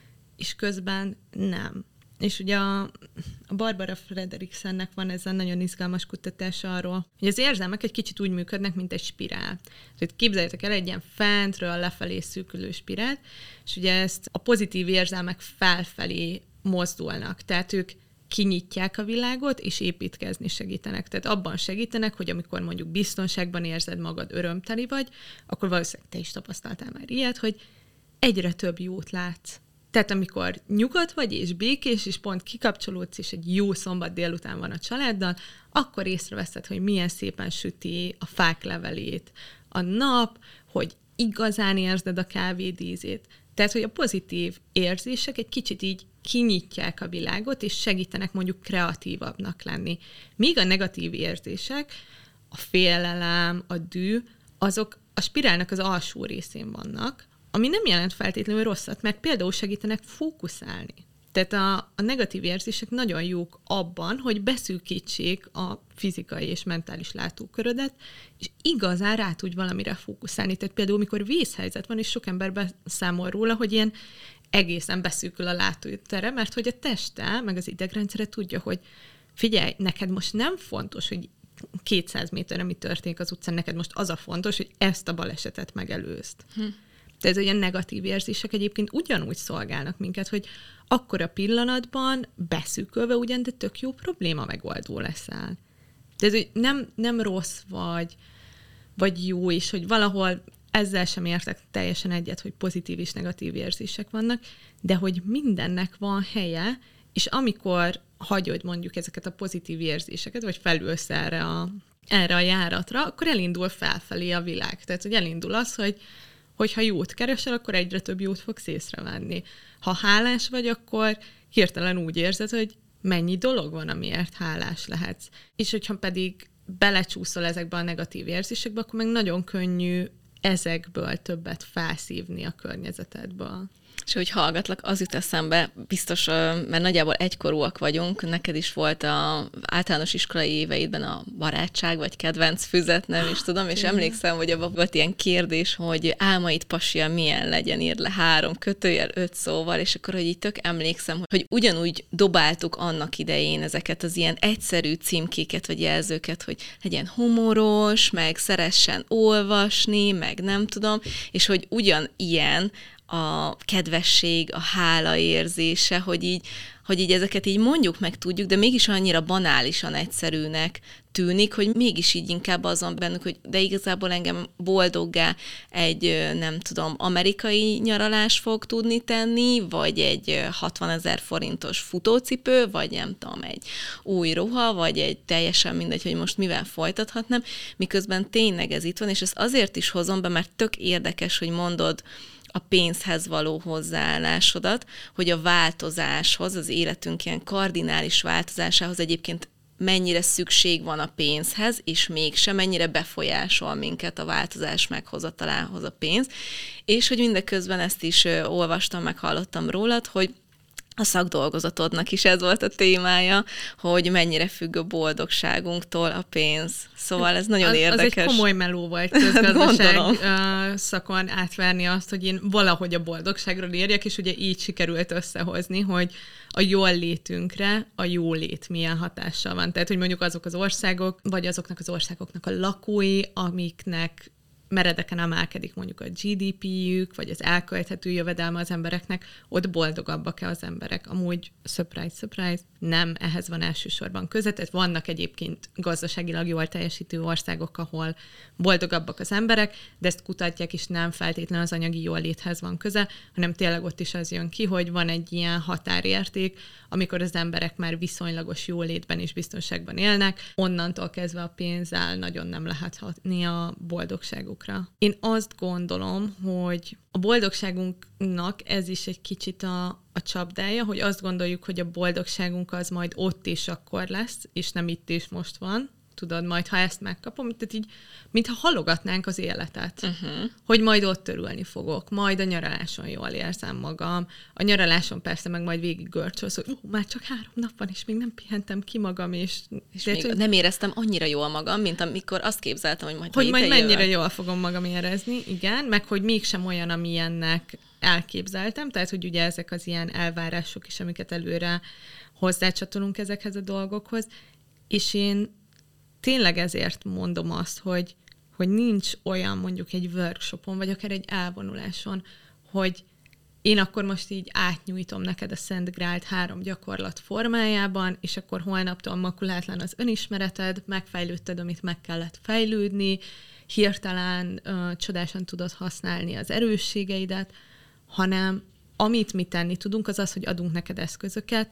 És közben nem. És ugye a, a Barbara Fredrikssennek van ezen nagyon izgalmas kutatása arról, hogy az érzelmek egy kicsit úgy működnek, mint egy spirál. Tehát képzeljétek el egy ilyen fentről lefelé szűkülő spirált, és ugye ezt a pozitív érzelmek felfelé mozdulnak. Tehát ők kinyitják a világot, és építkezni segítenek. Tehát abban segítenek, hogy amikor mondjuk biztonságban érzed magad, örömteli vagy, akkor valószínűleg te is tapasztaltál már ilyet, hogy egyre több jót látsz. Tehát amikor nyugodt vagy, és békés, és pont kikapcsolódsz, és egy jó szombat délután van a családdal, akkor észreveszed, hogy milyen szépen süti a fák levelét a nap, hogy igazán érzed a kávéd ízét. Tehát, hogy a pozitív érzések egy kicsit így kinyitják a világot, és segítenek mondjuk kreatívabbnak lenni. Míg a negatív érzések, a félelem, a dű, azok a spirálnak az alsó részén vannak, ami nem jelent feltétlenül rosszat, mert például segítenek fókuszálni. Tehát a, a negatív érzések nagyon jók abban, hogy beszűkítsék a fizikai és mentális látókörödet, és igazán rá tudj valamire fókuszálni. Tehát például, amikor vészhelyzet van, és sok ember beszámol róla, hogy ilyen egészen beszűkül a látótere, mert hogy a teste, meg az idegrendszere tudja, hogy figyelj, neked most nem fontos, hogy kétszáz méterre mi történik az utcán, neked most az a fontos, hogy ezt a balesetet megelőzd. Hm. Tehát olyan negatív érzések egyébként ugyanúgy szolgálnak minket, hogy akkor a pillanatban beszűkölve ugyan, de tök jó probléma megoldó leszel. Tehát, hogy nem, nem rossz vagy, vagy jó is, hogy valahol ezzel sem értek teljesen egyet, hogy pozitív és negatív érzések vannak, de hogy mindennek van helye, és amikor hagyod mondjuk ezeket a pozitív érzéseket, vagy felülsz erre a, erre a járatra, akkor elindul felfelé a világ. Tehát, hogy elindul az, hogy hogyha jót keresel, akkor egyre több jót fogsz észrevenni. Ha hálás vagy, akkor hirtelen úgy érzed, hogy mennyi dolog van, amiért hálás lehetsz. És hogyha pedig belecsúszol ezekbe a negatív érzésekbe, akkor meg nagyon könnyű ezekből többet felszívni a környezetedből. És hogy hallgatlak, az jut eszembe, biztos, mert nagyjából egykorúak vagyunk, neked is volt az általános iskolai éveidben a barátság, vagy kedvenc füzet, nem is tudom, és emlékszem, hogy abban volt ilyen kérdés, hogy álmaid pasia milyen legyen, írd le három kötőjel, öt szóval, és akkor, hogy így tök emlékszem, hogy ugyanúgy dobáltuk annak idején ezeket az ilyen egyszerű címkéket, vagy jelzőket, hogy legyen humoros, meg szeressen olvasni, meg nem tudom, és hogy ugyanilyen a kedvesség, a hála érzése, hogy így, hogy így ezeket így mondjuk meg tudjuk, de mégis annyira banálisan egyszerűnek tűnik, hogy mégis így inkább azon bennük, hogy de igazából engem boldoggá egy, nem tudom, amerikai nyaralás fog tudni tenni, vagy egy hatvanezer forintos futócipő, vagy nem tudom, egy új ruha, vagy egy teljesen mindegy, hogy most mivel folytathatnám, miközben tényleg ez itt van, és ezt azért is hozom be, mert tök érdekes, hogy mondod a pénzhez való hozzáállásodat, hogy a változáshoz, az életünk ilyen kardinális változásához egyébként mennyire szükség van a pénzhez, és mégsem mennyire befolyásol minket a változás meghozatalához a pénz, és hogy mindeközben ezt is olvastam, meg hallottam rólad, hogy a szakdolgozatodnak is ez volt a témája, hogy mennyire függ a boldogságunktól a pénz. Szóval ez nagyon az, érdekes. Az egy komoly meló volt közgazdaság uh, szakon átverni azt, hogy én valahogy a boldogságról írjak, és ugye így sikerült összehozni, hogy a jól létünkre a jólét milyen hatással van. Tehát, hogy mondjuk azok az országok, vagy azoknak az országoknak a lakói, amiknek meredeken emelkedik mondjuk a gé dé pé-jük, vagy az elkölthető jövedelme az embereknek, ott boldogabbak-e az emberek? Amúgy, surprise, surprise, nem, ehhez van elsősorban köze, tehát vannak egyébként gazdaságilag jól teljesítő országok, ahol boldogabbak az emberek, de ezt kutatják, és nem feltétlenül az anyagi jóléthez van köze, hanem tényleg ott is az jön ki, hogy van egy ilyen határérték, amikor az emberek már viszonylagos jólétben és biztonságban élnek, onnantól kezdve a pénzzel nagyon nem lehet hatni a boldogságukra. Én azt gondolom, hogy a boldogságunknak ez is egy kicsit a, a csapdája, hogy azt gondoljuk, hogy a boldogságunk az majd ott és akkor lesz, és nem itt és most van. Tudod, majd ha ezt megkapom, tehát így, mintha halogatnánk az életet, uh-huh. hogy majd ott örülni fogok, majd a nyaraláson jól érzem magam, a nyaraláson persze meg majd végig görcsölsz, hogy uh, már csak három nap van, és még nem pihentem ki magam, és, és de, még hogy, nem éreztem annyira jól magam, mint amikor azt képzeltem, hogy majd hogy majd mennyire jövök. jól fogom magam érezni, igen, meg hogy mégsem olyan, amilyennek elképzeltem, tehát hogy ugye ezek az ilyen elvárások is, amiket előre hozzácsatolunk ezekhez a dolgokhoz, és én tényleg ezért mondom azt, hogy, hogy nincs olyan mondjuk egy workshopon, vagy akár egy elvonuláson, hogy én akkor most így átnyújtom neked a Szent Grált három gyakorlat formájában, és akkor holnaptól makulátlan az önismereted, megfejlődted, amit meg kellett fejlődni, hirtelen uh, csodásan tudod használni az erősségeidet, hanem amit mi tenni tudunk, az az, hogy adunk neked eszközöket,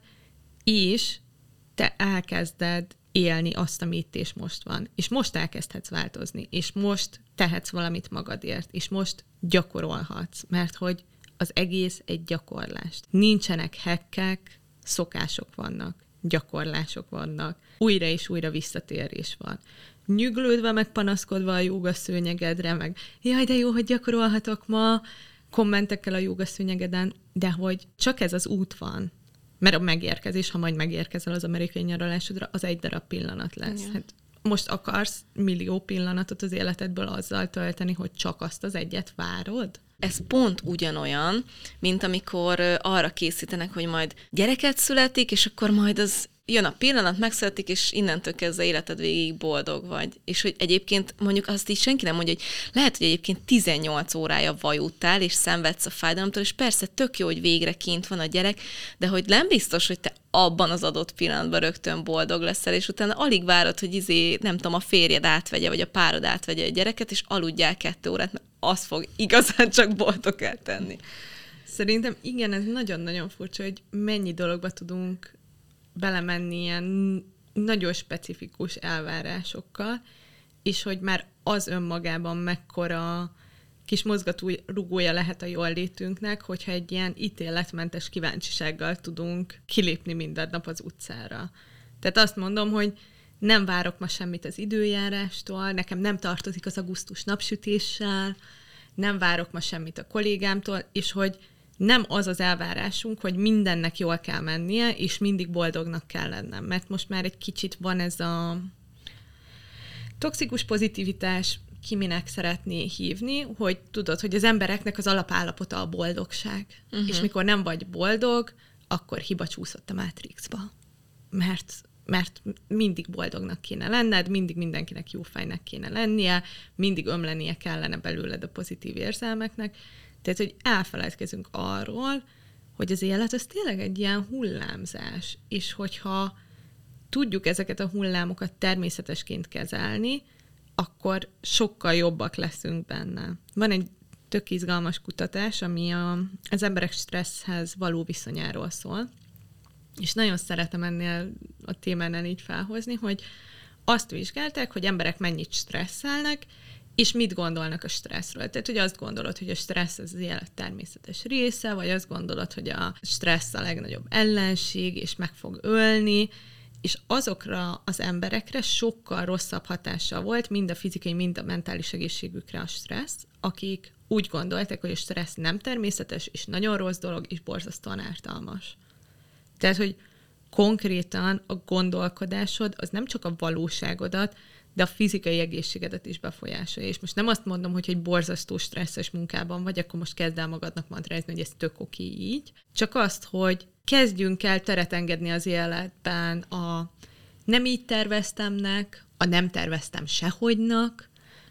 és te elkezded élni azt, ami itt és most van. És most elkezdhetsz változni, és most tehetsz valamit magadért, és most gyakorolhatsz, mert hogy az egész egy gyakorlást. Nincsenek hekkek, szokások vannak, gyakorlások vannak, újra és újra visszatérés van. Nyüglődve, meg panaszkodva a jógaszőnyegedre, meg jaj, de jó, hogy gyakorolhatok ma, kommentekkel a jógaszőnyegeden, de hogy csak ez az út van. Mert a megérkezés, ha majd megérkezel az amerikai nyaralásodra, az egy darab pillanat lesz. Ja. Hát most akarsz millió pillanatot az életedből azzal tölteni, hogy csak azt az egyet várod? Ez pont ugyanolyan, mint amikor arra készítenek, hogy majd gyereket születik, és akkor majd az jön a pillanat, megszületik, és innentől kezdve életed végig boldog vagy. És hogy egyébként mondjuk azt így senki nem mondja, hogy lehet, hogy egyébként tizennyolc órája vajúttál, és szenvedsz a fájdalomtól, és persze tök jó, hogy végre kint van a gyerek, de hogy nem biztos, hogy te abban az adott pillanatban rögtön boldog leszel, és utána alig várod, hogy izé, nem tudom, a férjed átvegye, vagy a párod átvegye a gyereket, és aludjál kettő órát, mert az fog igazán csak boldoggá tenni. Szerintem igen, ez nagyon-nagyon furcsa, hogy mennyi dologba tudunk belemenni ilyen nagyon specifikus elvárásokkal, és hogy már az önmagában mekkora kis mozgatórugója lehet a jól létünknek, hogyha egy ilyen ítéletmentes kíváncsisággal tudunk kilépni minden nap az utcára. Tehát azt mondom, hogy nem várok ma semmit az időjárástól, nekem nem tartozik az augusztus napsütéssel, nem várok ma semmit a kollégámtól, és hogy nem az az elvárásunk, hogy mindennek jól kell mennie, és mindig boldognak kell lennem. Mert most már egy kicsit van ez a toxikus pozitivitás, ki minek szeretné hívni, hogy tudod, hogy az embereknek az alapállapota a boldogság. Uh-huh. És mikor nem vagy boldog, akkor hiba csúszott a Matrixba. Mert, mert mindig boldognak kéne lenned, mindig mindenkinek jó fejnek kéne lennie, mindig ömlenie kellene belőled a pozitív érzelmeknek. Tehát, hogy elfeledkezünk arról, hogy az élet az tényleg egy ilyen hullámzás, és hogyha tudjuk ezeket a hullámokat természetesként kezelni, akkor sokkal jobbak leszünk benne. Van egy tök izgalmas kutatás, ami a, az emberek stresszhez való viszonyáról szól, és nagyon szeretem ennél a témánál így felhozni, hogy azt vizsgálták, hogy emberek mennyit stresszelnek, és mit gondolnak a stresszről. Tehát, hogy azt gondolod, hogy a stressz az élet természetes része, vagy azt gondolod, hogy a stressz a legnagyobb ellenség, és meg fog ölni, és azokra az emberekre sokkal rosszabb hatással volt, mind a fizikai, mind a mentális egészségükre a stressz, akik úgy gondolták, hogy a stressz nem természetes, és nagyon rossz dolog, és borzasztóan ártalmas. Tehát, hogy konkrétan a gondolkodásod az nem csak a valóságodat, de a fizikai egészségedet is befolyásolja. És most nem azt mondom, hogy egy borzasztó stresszes munkában vagy, akkor most kezd el magadnak mantrázni, hogy ez tök oké így. Csak azt, hogy kezdjünk el teret engedni az életben a nem így terveztemnek, a nem terveztem sehogynak,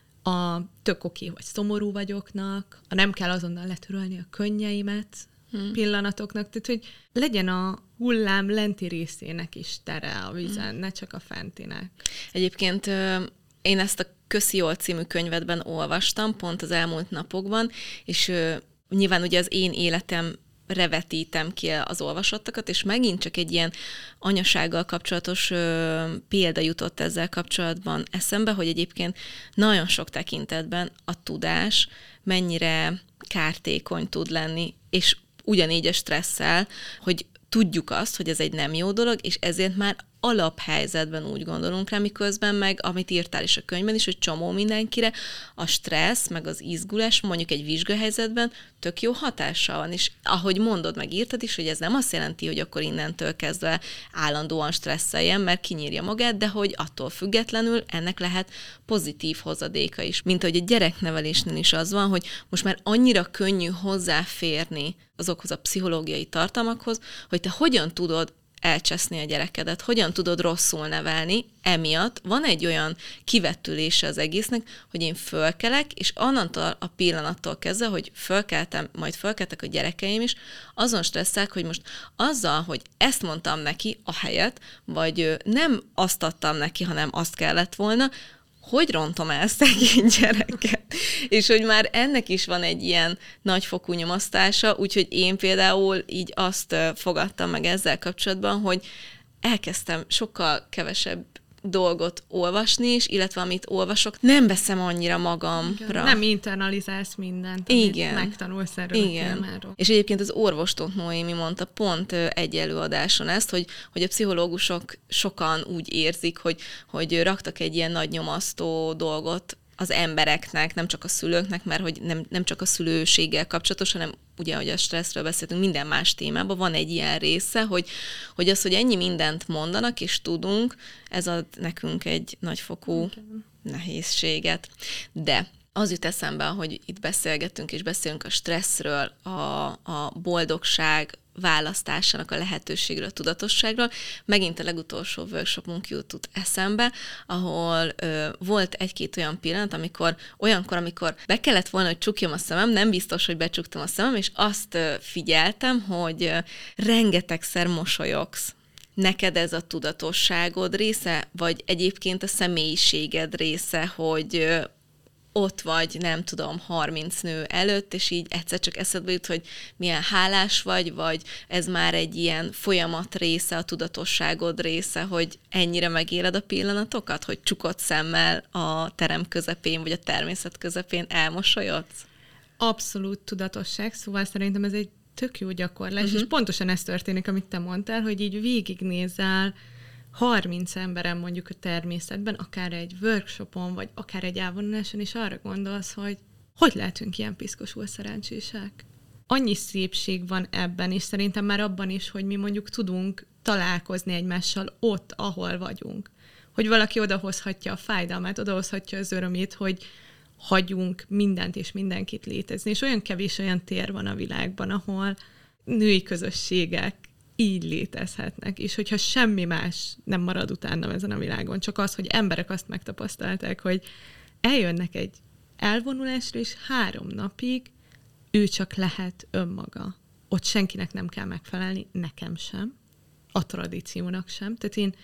a tök oké, hogy szomorú vagyoknak, a nem kell azonnal letörölni a könnyeimet hmm. pillanatoknak. Tehát, hogy legyen a hullám lenti részének is tere a vízen, hmm. ne csak a fentinek. Egyébként én ezt a Köszi jól című könyvedben olvastam, pont az elmúlt napokban, és nyilván ugye az én életem revetítem ki az olvasottakat, és megint csak egy ilyen anyasággal kapcsolatos ö, példa jutott ezzel kapcsolatban eszembe, hogy egyébként nagyon sok tekintetben a tudás mennyire kártékony tud lenni, és ugyanígy a stresszel, hogy tudjuk azt, hogy ez egy nem jó dolog, és ezért már alaphelyzetben úgy gondolunk rá, miközben meg, amit írtál is a könyvben is, hogy csomó mindenkire, a stressz, meg az izgulás mondjuk egy vizsgahelyzetben tök jó hatással van, és ahogy mondod, meg írtad is, hogy ez nem azt jelenti, hogy akkor innentől kezdve állandóan stresszeljen, mert kinyírja magát, de hogy attól függetlenül ennek lehet pozitív hozadéka is. Mint ahogy a gyereknevelésnél is az van, hogy most már annyira könnyű hozzáférni azokhoz a pszichológiai tartalmakhoz, hogy te hogyan tudod elcseszni a gyerekedet, hogyan tudod rosszul nevelni, emiatt van egy olyan kivetülése az egésznek, hogy én fölkelek, és onnantól a pillanattól kezdve, hogy fölkeltem, majd fölkeltek a gyerekeim is, azon stresszelek, hogy most azzal, hogy ezt mondtam neki a helyet, vagy nem azt adtam neki, hanem azt kellett volna, hogy rontom el szegény gyereket. És hogy már ennek is van egy ilyen nagyfokú nyomasztása, úgyhogy én például így azt fogadtam meg ezzel kapcsolatban, hogy elkezdtem sokkal kevesebb dolgot olvasni is, illetve amit olvasok, nem veszem annyira magamra. Igen, nem internalizálsz mindent, amit Igen. megtanulsz erről Igen. a témáról. És egyébként az orvostót Noémi mondta pont egy előadáson ezt, hogy, hogy a pszichológusok sokan úgy érzik, hogy, hogy raktak egy ilyen nagy nyomasztó dolgot az embereknek, nem csak a szülőknek, mert hogy nem, nem csak a szülőséggel kapcsolatos, hanem ugye, hogy a stresszről beszéltünk, minden más témában van egy ilyen része, hogy, hogy az, hogy ennyi mindent mondanak és tudunk, ez ad nekünk egy nagyfokú okay. nehézséget. De az jut eszembe, hogy itt beszélgetünk és beszélünk a stresszről, a, a boldogság választásának a lehetőségről, a tudatosságról. Megint a legutolsó workshopunk jutott eszembe, ahol ö, volt egy-két olyan pillanat, amikor olyankor, amikor be kellett volna, hogy csukjam a szemem, nem biztos, hogy becsuktam a szemem, és azt ö, figyeltem, hogy ö, rengetegszer mosolyogsz. Neked ez a tudatosságod része, vagy egyébként a személyiséged része, hogy ö, ott vagy, nem tudom, harminc nő előtt, és így egyszer csak eszedbe jut, hogy milyen hálás vagy, vagy ez már egy ilyen folyamat része, a tudatosságod része, hogy ennyire megéled a pillanatokat, hogy csukott szemmel a terem közepén, vagy a természet közepén elmosolyodsz? Abszolút tudatosság, szóval szerintem ez egy tök jó gyakorlás, uh-huh. és pontosan ez történik, amit te mondtál, hogy így végignézel harminc emberen mondjuk a természetben, akár egy workshopon, vagy akár egy elvonuláson, és arra gondolsz, hogy hogy lehetünk ilyen piszkosul szerencsések. Annyi szépség van ebben, és szerintem már abban is, hogy mi mondjuk tudunk találkozni egymással ott, ahol vagyunk. Hogy valaki odahozhatja a fájdalmát, odahozhatja az örömét, hogy hagyjunk mindent és mindenkit létezni. És olyan kevés olyan tér van a világban, ahol női közösségek így létezhetnek, és hogyha semmi más nem marad utána ezen a világon, csak az, hogy emberek azt megtapasztalták, hogy eljönnek egy elvonulásra, és három napig ő csak lehet önmaga. Ott senkinek nem kell megfelelni, nekem sem, a tradíciónak sem. Tehát én,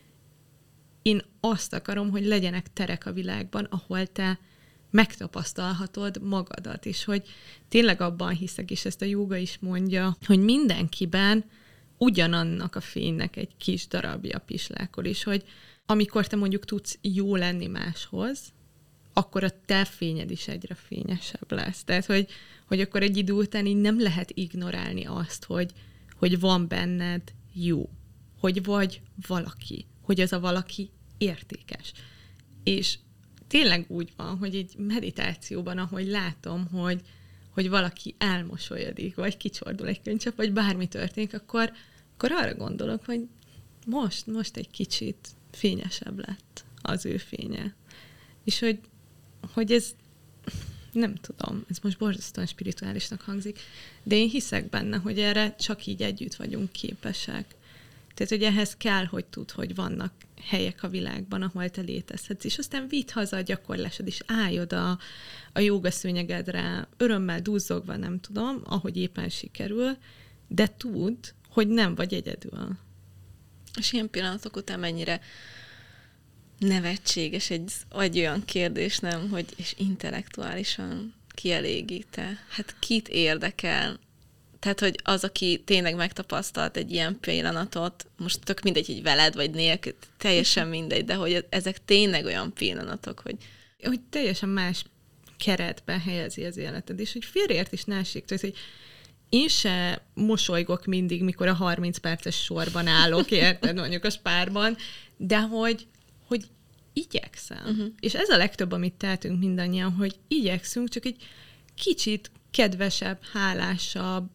én azt akarom, hogy legyenek terek a világban, ahol te megtapasztalhatod magadat, és hogy tényleg abban hiszek, és ezt a jóga is mondja, hogy mindenkiben ugyanannak a fénynek egy kis darabja pislákol is, hogy amikor te mondjuk tudsz jó lenni máshoz, akkor a te fényed is egyre fényesebb lesz. Tehát, hogy, hogy akkor egy idő után így nem lehet ignorálni azt, hogy, hogy van benned jó, hogy vagy valaki, hogy az a valaki értékes. És tényleg úgy van, hogy egy meditációban, ahogy látom, hogy, hogy valaki elmosolyodik, vagy kicsordul egy könycsepp, vagy bármi történik, akkor akkor arra gondolok, hogy most, most egy kicsit fényesebb lett az ő fénye. És hogy, hogy ez, nem tudom, ez most borzasztóan spirituálisnak hangzik, de én hiszek benne, hogy erre csak így együtt vagyunk képesek. Tehát, hogy ehhez kell, hogy tudd, hogy vannak helyek a világban, ahol te létezhetsz, és aztán vidd haza a gyakorlásod, és állj oda a jógaszőnyegedre, örömmel duzzogva, nem tudom, ahogy éppen sikerül, de tudd, hogy nem vagy egyedül. És ilyen pillanatok után mennyire nevetséges egy, egy olyan kérdés, nem, hogy és intellektuálisan kielégít-e? Hát kit érdekel? Tehát, hogy az, aki tényleg megtapasztalt egy ilyen pillanatot, most tök mindegy, hogy veled vagy nélkül, teljesen mindegy, de hogy ezek tényleg olyan pillanatok, hogy... Hogy teljesen más keretben helyezi az életed, és hogy félreért is ne essék, tehát, hogy én se mosolygok mindig, mikor a harminc perces sorban állok, érted, mondjuk a Spárban, de hogy, hogy igyekszem. Uh-huh. És ez a legtöbb, amit tehetünk mindannyian, hogy igyekszünk, csak egy kicsit kedvesebb, hálásabb,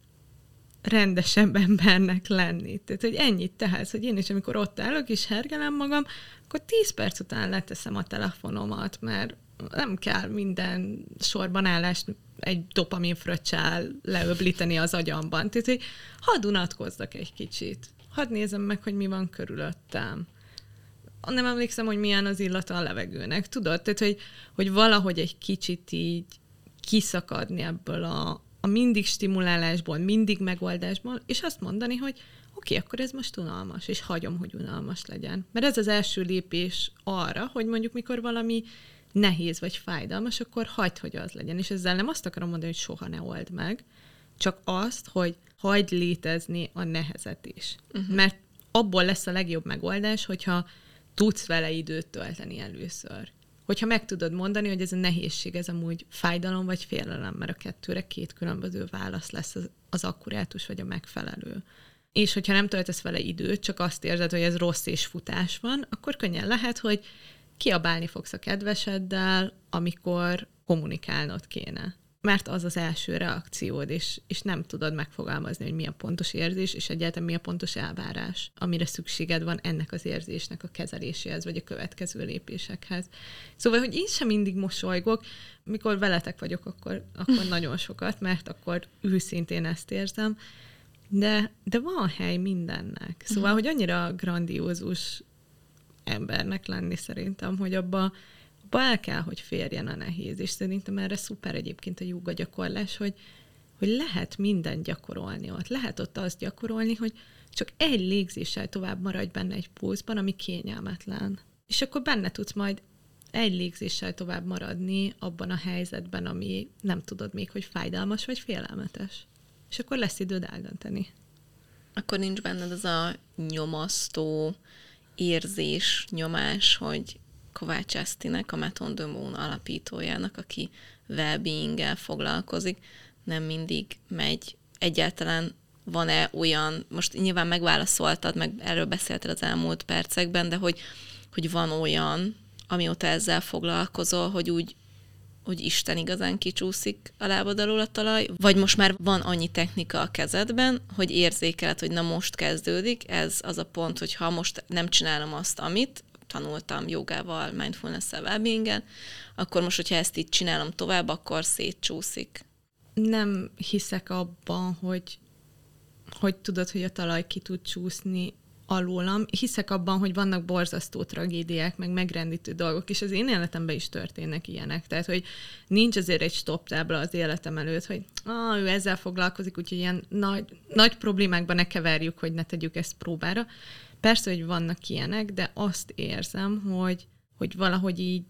rendesebb embernek lenni. Tehát, hogy ennyit tehetsz, hogy én is, amikor ott állok és hergelem magam, akkor tíz perc után leteszem a telefonomat, mert nem kell minden sorban állást egy dopamin fröccsel leöblíteni az agyamban. Tehát, hogy hadd unatkozzak egy kicsit. Hadd nézem meg, hogy mi van körülöttem. Nem emlékszem, hogy milyen az illata a levegőnek. Tudod? Tehát, hogy, hogy valahogy egy kicsit így kiszakadni ebből a, a mindig stimulálásból, mindig megoldásból, és azt mondani, hogy oké, okay, akkor ez most unalmas, és hagyom, hogy unalmas legyen. Mert ez az első lépés arra, hogy mondjuk mikor valami nehéz vagy fájdalmas, akkor hagyd, hogy az legyen. És ezzel nem azt akarom mondani, hogy soha ne old meg, csak azt, hogy hagyd létezni a nehezet is. Uh-huh. Mert abból lesz a legjobb megoldás, hogyha tudsz vele időt tölteni először. Hogyha meg tudod mondani, hogy ez a nehézség, ez amúgy fájdalom vagy félelem, mert a kettőre két különböző válasz lesz az, az akkurátus vagy a megfelelő. És hogyha nem töltesz vele időt, csak azt érzed, hogy ez rossz és futás van, akkor könnyen lehet, hogy kiabálni fogsz a kedveseddel, amikor kommunikálnod kéne. Mert az az első reakciód, és, és nem tudod megfogalmazni, hogy mi a pontos érzés, és egyáltalán mi a pontos elvárás, amire szükséged van ennek az érzésnek a kezeléséhez, vagy a következő lépésekhez. Szóval, hogy én sem mindig mosolygok, mikor veletek vagyok, akkor, akkor nagyon sokat, mert akkor őszintén ezt érzem, de, de van hely mindennek. Szóval, hogy annyira grandiózus embernek lenni szerintem, hogy abba abba el kell, hogy férjen a nehéz, és szerintem erre szuper egyébként a jóga gyakorlás, hogy, hogy lehet mindent gyakorolni ott. Lehet ott azt gyakorolni, hogy csak egy légzéssel tovább maradj benne egy pulzban, ami kényelmetlen. És akkor benne tudsz majd egy légzéssel tovább maradni abban a helyzetben, ami nem tudod még, hogy fájdalmas vagy félelmetes. És akkor lesz időd eldönteni. Akkor nincs benned az a nyomasztó érzés, nyomás, hogy Kovács Esztinek, a Method de Moon alapítójának, aki well-being-gel foglalkozik, nem mindig megy. Egyáltalán van-e olyan, most nyilván megválaszoltad, meg erről beszéltél az elmúlt percekben, de hogy, hogy van olyan, amióta ezzel foglalkozol, hogy úgy, hogy Isten igazán kicsúszik a lábad alól a talaj, vagy most már van annyi technika a kezedben, hogy érzékeled, hogy na most kezdődik, ez az a pont, hogy ha most nem csinálom azt, amit tanultam jogával, mindfulness-szel, well-being-el, akkor most, hogyha ezt így csinálom tovább, akkor szétcsúszik. Nem hiszek abban, hogy, hogy tudod, hogy a talaj ki tud csúszni alólam. Hiszek abban, hogy vannak borzasztó tragédiák, meg megrendítő dolgok, és az én életemben is történnek ilyenek. Tehát, hogy nincs azért egy stop tábla az életem előtt, hogy ah, ő ezzel foglalkozik, úgyhogy ilyen nagy, nagy problémákban ne keverjük, hogy ne tegyük ezt próbára. Persze, hogy vannak ilyenek, de azt érzem, hogy, hogy valahogy így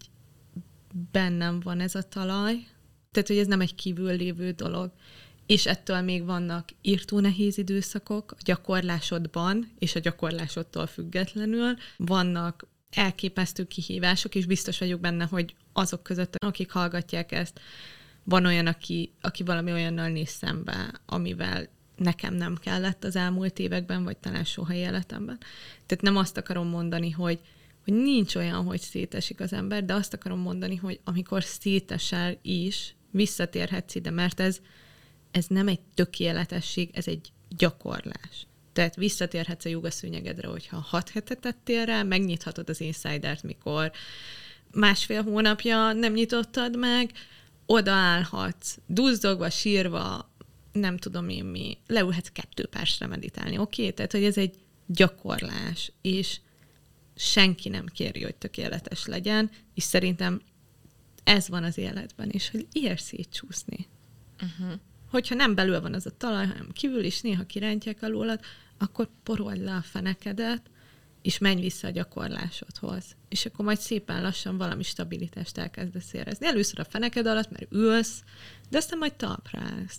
bennem van ez a talaj. Tehát, hogy ez nem egy kívül lévő dolog. És ettől még vannak írtó nehéz időszakok a gyakorlásodban, és a gyakorlásodtól függetlenül. Vannak elképesztő kihívások, és biztos vagyok benne, hogy azok között, akik hallgatják ezt, van olyan, aki, aki valami olyannal néz szembe, amivel nekem nem kellett az elmúlt években, vagy talán soha életemben. Tehát nem azt akarom mondani, hogy, hogy nincs olyan, hogy szétesik az ember, de azt akarom mondani, hogy amikor szétesel is, visszatérhetsz ide, mert ez, ez nem egy tökéletesség, ez egy gyakorlás. Tehát visszatérhetsz a jogaszőnyegedre, hogyha hat hetet tettél rá, megnyithatod az Insider-t, mikor másfél hónapja nem nyitottad meg, odaállhatsz, duzzogva, sírva, nem tudom én mi, leülhetsz kettő percre meditálni, oké? Okay? Tehát, hogy ez egy gyakorlás, és senki nem kéri, hogy tökéletes legyen, és szerintem ez van az életben is, hogy érsz szétcsúszni. Uh-huh. Hogyha nem belül van az a talaj, hanem kívül is néha kirántják alólad, akkor porold le a fenekedet, és menj vissza a gyakorlásodhoz. És akkor majd szépen lassan valami stabilitást elkezdesz érezni. Először a feneked alatt, mert ülsz, de aztán majd talpra állsz.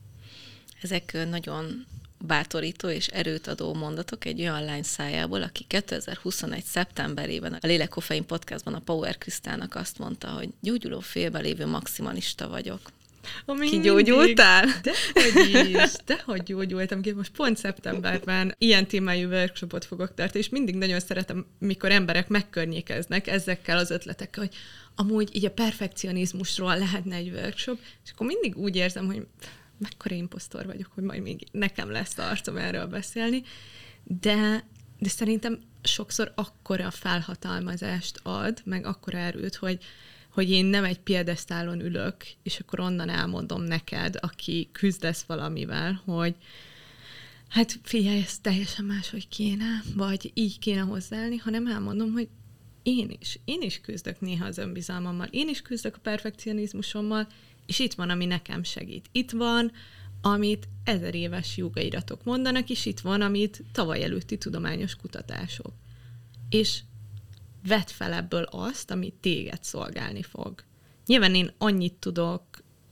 Ezek nagyon bátorító és erőt adó mondatok egy olyan lány szájából, aki kétezer-huszonegy szeptemberében a Lélek Koffein podcastban a Power Krisztának azt mondta, hogy gyógyuló félben lévő maximalista vagyok. Ami Kigyógyultál? Dehogy is, dehogy gyógyultam ki. Most pont szeptemberben ilyen témájú workshopot fogok tartani, és mindig nagyon szeretem, mikor emberek megkörnyékeznek ezekkel az ötletekkel, hogy amúgy így a perfekcionizmusról lehetne egy workshop, és akkor mindig úgy érzem, hogy mekkora imposztor vagyok, hogy majd még nekem lesz arcom erről beszélni, de, de szerintem sokszor akkora felhatalmazást ad, meg akkora erőt, hogy hogy én nem egy piedesztálon ülök, és akkor onnan elmondom neked, aki küzdesz valamivel, hogy hát figyelj, ez teljesen máshogy kéne, vagy így kéne hozzáállni, hanem elmondom, hogy én is, én is küzdök néha az önbizalmammal, én is küzdök a perfekcionizmusommal, és itt van, ami nekem segít. Itt van, amit ezer éves jogairatok mondanak, és itt van, amit tavaly előtti tudományos kutatások. És vedd fel ebből azt, ami téged szolgálni fog. Nyilván én annyit tudok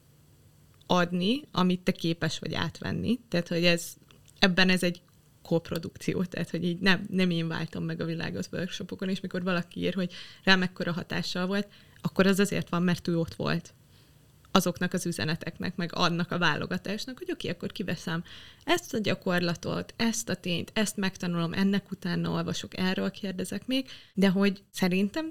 adni, amit te képes vagy átvenni, tehát hogy ez, ebben ez egy koprodukció, tehát hogy így nem, nem én váltam meg a világot workshopokon, és mikor valaki ír, hogy rá mekkora hatással volt, akkor az azért van, mert ő ott volt. Azoknak az üzeneteknek, meg annak a válogatásnak, hogy oké, okay, akkor kiveszem ezt a gyakorlatot, ezt a tényt, ezt megtanulom, ennek utána olvasok, erről kérdezek még, de hogy szerintem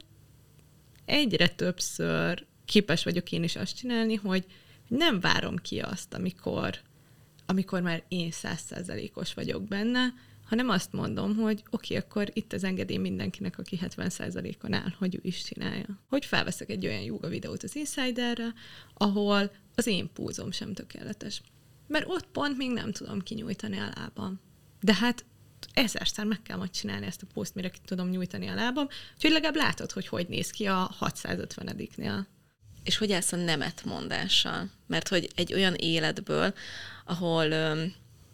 egyre többször képes vagyok én is azt csinálni, hogy nem várom ki azt, amikor, amikor már én száz százalékos vagyok benne, hanem azt mondom, hogy oké, okay, akkor itt az engedély mindenkinek, aki hetven százalékon áll, hogy ő is csinálja. Hogy felveszek egy olyan jóga videót az Insiderre, ahol az én púzom sem tökéletes. Mert ott pont még nem tudom kinyújtani a lábam. De hát ezerszer meg kell majd csinálni ezt a pózt, mire ki tudom nyújtani a lábam, úgyhogy legalább látod, hogy hogy néz ki a hatszázötvenediknél. És hogy állsz a nemet mondással? Mert hogy egy olyan életből, ahol öm,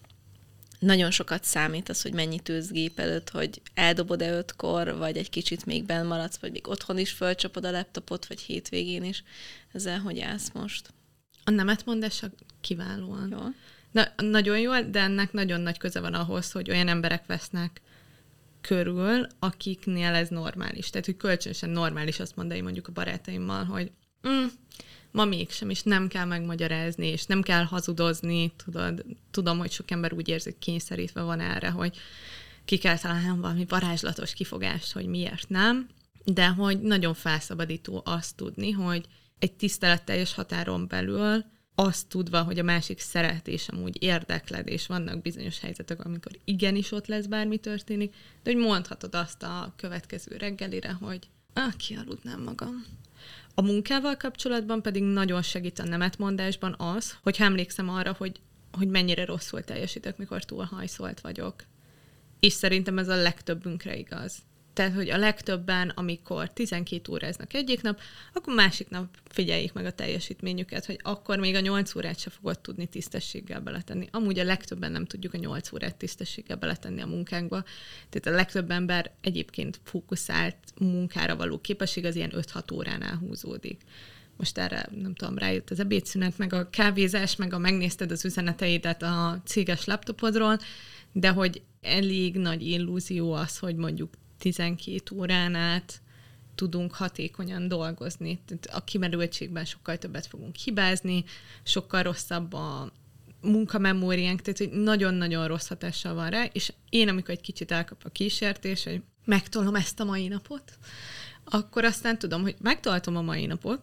nagyon sokat számít az, hogy mennyit ülsz gép előtt, hogy eldobod-e ötkor, vagy egy kicsit még benn maradsz, vagy még otthon is fölcsapod a laptopot, vagy hétvégén is. Ezzel hogy állsz most? A nemetmondása kiválóan. Jó. Na, nagyon jó, de ennek nagyon nagy köze van ahhoz, hogy olyan emberek vesznek körül, akiknél ez normális. Tehát, hogy kölcsönösen normális azt mondani mondjuk a barátaimmal, hogy mm, ma mégsem, és nem kell megmagyarázni, és nem kell hazudozni, tudod, tudom, hogy sok ember úgy érzi, hogy kényszerítve van erre, hogy ki kell találnom valami varázslatos kifogást, hogy miért nem, de hogy nagyon felszabadító azt tudni, hogy egy tiszteletteljes határon belül azt tudva, hogy a másik szeret, és amúgy érdekled, és vannak bizonyos helyzetek, amikor igenis ott lesz, bármi történik, de hogy mondhatod azt a következő reggelire, hogy ah, kialudnám magam. A munkával kapcsolatban pedig nagyon segít a nemetmondásban az, hogy emlékszem arra, hogy, hogy mennyire rosszul teljesítek, mikor túlhajszolt vagyok. És szerintem ez a legtöbbünkre igaz. Tehát, hogy a legtöbben, amikor tizenkét óráznak egyik nap, akkor másik nap figyeljék meg a teljesítményüket, hogy akkor még a nyolc órát se fogod tudni tisztességgel beletenni. Amúgy a legtöbben nem tudjuk a nyolc órát tisztességgel beletenni a munkánkba. Tehát a legtöbb ember egyébként fókuszált munkára való képesség az ilyen öt-hat óránál húzódik. Most erre, nem tudom, rájött az ebédszünet, meg a kávézás, meg a megnézted az üzeneteidet a céges laptopodról, de hogy elég nagy illúzió az, hogy mondjuk tizenkét órán át tudunk hatékonyan dolgozni. A kimerültségben sokkal többet fogunk hibázni, sokkal rosszabb a munkamemóriánk, tehát hogy nagyon-nagyon rossz hatással van rá, és én, amikor egy kicsit elkap a kísértés, hogy megtolom ezt a mai napot, akkor aztán tudom, hogy megtoltom a mai napot,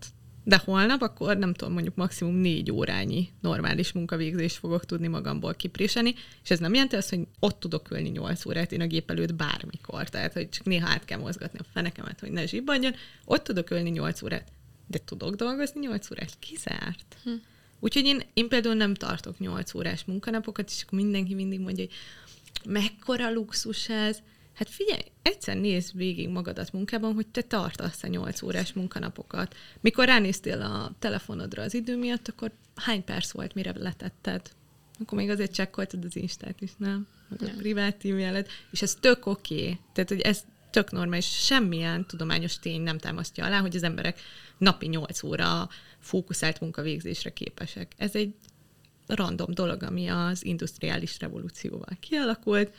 de holnap akkor nem tudom, mondjuk maximum négy órányi normális munkavégzést fogok tudni magamból kipréselni, és ez nem jelenti azt, hogy ott tudok ülni nyolc órát én a gép előtt bármikor, tehát hogy csak néha át kell mozgatni a fenekemet, hogy ne zsibbadjon, ott tudok ülni nyolc órát, de tudok dolgozni nyolc órát? Kizárt. Hm. Úgyhogy én, én például nem tartok nyolc órás munkanapokat, és akkor mindenki mindig mondja, hogy mekkora luxus ez. Hát figyelj, egyszer nézd végig magadat munkában, hogy te tartasz a nyolc órás munkanapokat. Mikor ránéztél a telefonodra az idő miatt, akkor hány perc volt, mire letetted? Akkor még azért csekkoltad az Instát is, nem? Meg a privát e-mailet. És ez tök oké. Okay. Tehát, hogy ez tök normális. Semmilyen tudományos tény nem támasztja alá, hogy az emberek napi nyolc óra fókuszált munkavégzésre képesek. Ez egy random dolog, ami az industriális revolúcióval kialakult.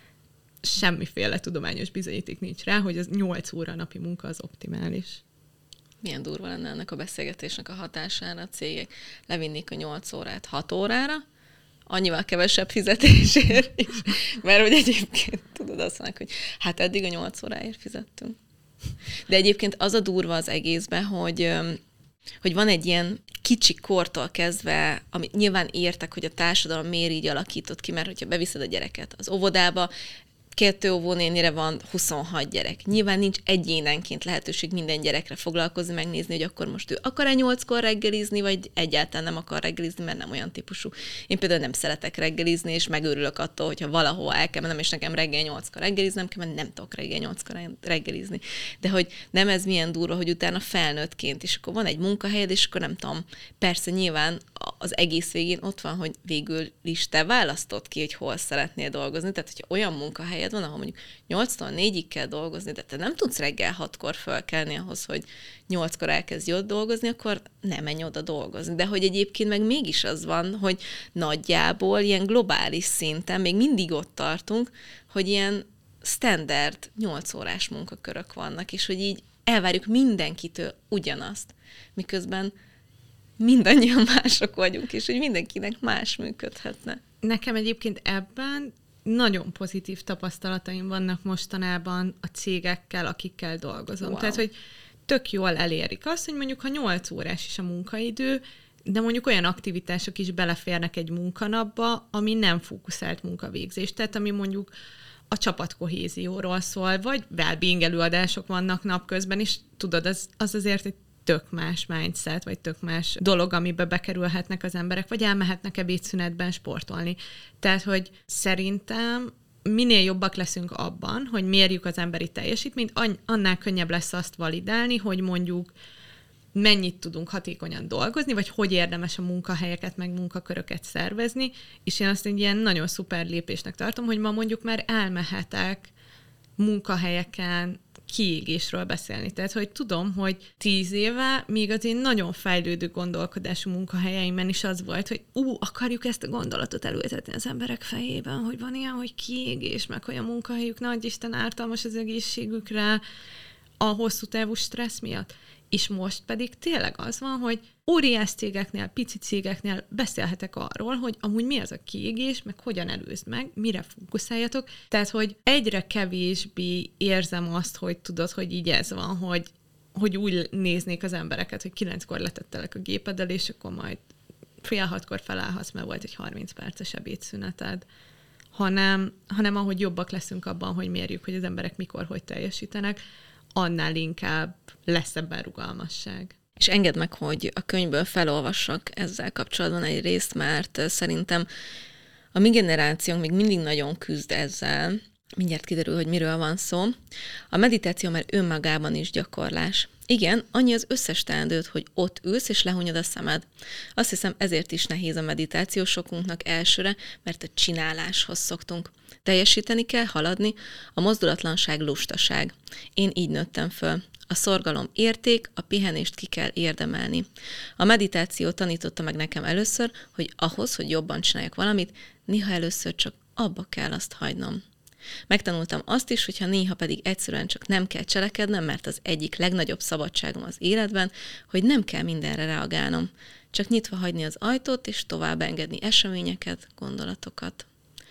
Semmiféle tudományos bizonyíték nincs rá, hogy az nyolc óra napi munka az optimális. Milyen durva lenne ennek a beszélgetésnek a hatására a cégek. Levinnék a nyolc órát hat órára, annyival kevesebb fizetésért is, mert hogy egyébként tudod azt mondani, hogy hát eddig a nyolc óráért fizettünk. De egyébként az a durva az egészben, hogy, hogy van egy ilyen kicsi kortól kezdve, amit nyilván értek, hogy a társadalom miért így alakított ki, mert hogyha beviszed a gyereket az óvodába, kettő óvónénire van huszonhat gyerek. Nyilván nincs egyénenként lehetőség minden gyerekre foglalkozni, megnézni, hogy akkor most ő akar-e nyolckor reggelizni, vagy egyáltalán nem akar reggelizni, mert nem olyan típusú. Én például nem szeretek reggelizni, és megőrülök attól, hogyha valahol el kell mennem, és nekem reggel nyolckor reggeliznem kell, mert nem tudok reggel nyolckor reggelizni. De hogy nem ez milyen durva, hogy utána felnőttként, és akkor van egy munkahelyed, és akkor nem tudom, persze nyilván az egész végén ott van, hogy végül is te választod ki, hogy hol szeretnél dolgozni. Tehát, hogyha olyan munkahelyed van, ahol mondjuk nyolctól négyig kell dolgozni, de te nem tudsz reggel hatkor fölkelni ahhoz, hogy nyolckor elkezdj ott dolgozni, akkor nem menj oda dolgozni. De hogy egyébként meg mégis az van, hogy nagyjából ilyen globális szinten még mindig ott tartunk, hogy ilyen standard nyolc órás munkakörök vannak, és hogy így elvárjuk mindenkitől ugyanazt, miközben mindannyian mások vagyunk, és hogy mindenkinek más működhetne. Nekem egyébként ebben nagyon pozitív tapasztalataim vannak mostanában a cégekkel, akikkel dolgozom. Wow. Tehát, hogy tök jól elérik azt, hogy mondjuk, ha nyolc órás is a munkaidő, de mondjuk olyan aktivitások is beleférnek egy munkanapba, ami nem fókuszált munkavégzés. Tehát, ami mondjuk a csapatkohézióról szól, vagy well-being előadások vannak napközben, és tudod, az, az azért egy tök más mindset, vagy tök más dolog, amiben bekerülhetnek az emberek, vagy elmehetnek ebédszünetben sportolni. Tehát, hogy szerintem minél jobbak leszünk abban, hogy mérjük az emberi teljesítményt, annál könnyebb lesz azt validálni, hogy mondjuk mennyit tudunk hatékonyan dolgozni, vagy hogy érdemes a munkahelyeket, meg munkaköröket szervezni, és én azt egy ilyen nagyon szuper lépésnek tartom, hogy ma mondjuk már elmehetek munkahelyeken kiégésről beszélni. Tehát, hogy tudom, hogy tíz éve még az én nagyon fejlődő gondolkodású munkahelyeimben is az volt, hogy ú, akarjuk ezt a gondolatot elültetni az emberek fejében, hogy van ilyen, hogy kiégés, meg hogy a munkahelyük nagy Isten ártalmas az egészségükre a hosszú távú stressz miatt. És most pedig tényleg az van, hogy óriás cégeknél, pici cégeknél beszélhetek arról, hogy amúgy mi az a kiégés, meg hogyan előzd meg, mire fókuszáljatok. Tehát, hogy egyre kevésbé érzem azt, hogy tudod, hogy így ez van, hogy, hogy úgy néznék az embereket, hogy kilenckor letettelek a gépeddel, és akkor majd fél hatkor felállhatsz, mert volt egy harminc perces ebédszüneted. Hanem, hanem ahogy jobbak leszünk abban, hogy mérjük, hogy az emberek mikor, hogy teljesítenek, annál inkább lesz ebben rugalmasság. És engedd meg, hogy a könyvből felolvassak ezzel kapcsolatban egy részt, mert szerintem a mi generációnk még mindig nagyon küzd ezzel. Mindjárt kiderül, hogy miről van szó. A meditáció már önmagában is gyakorlás. Igen, annyi az összes teendőd, hogy ott ülsz és lehúnyod a szemed. Azt hiszem, ezért is nehéz a meditáció sokunknak elsőre, mert a csináláshoz szoktunk. Teljesíteni kell, haladni, a mozdulatlanság lustaság. Én így nőttem föl. A szorgalom érték, a pihenést ki kell érdemelni. A meditáció tanította meg nekem először, hogy ahhoz, hogy jobban csináljak valamit, néha először csak abba kell azt hagynom. Megtanultam azt is, hogyha néha pedig egyszerűen csak nem kell cselekednem, mert az egyik legnagyobb szabadságom az életben, hogy nem kell mindenre reagálnom. Csak nyitva hagyni az ajtót, és tovább engedni eseményeket, gondolatokat.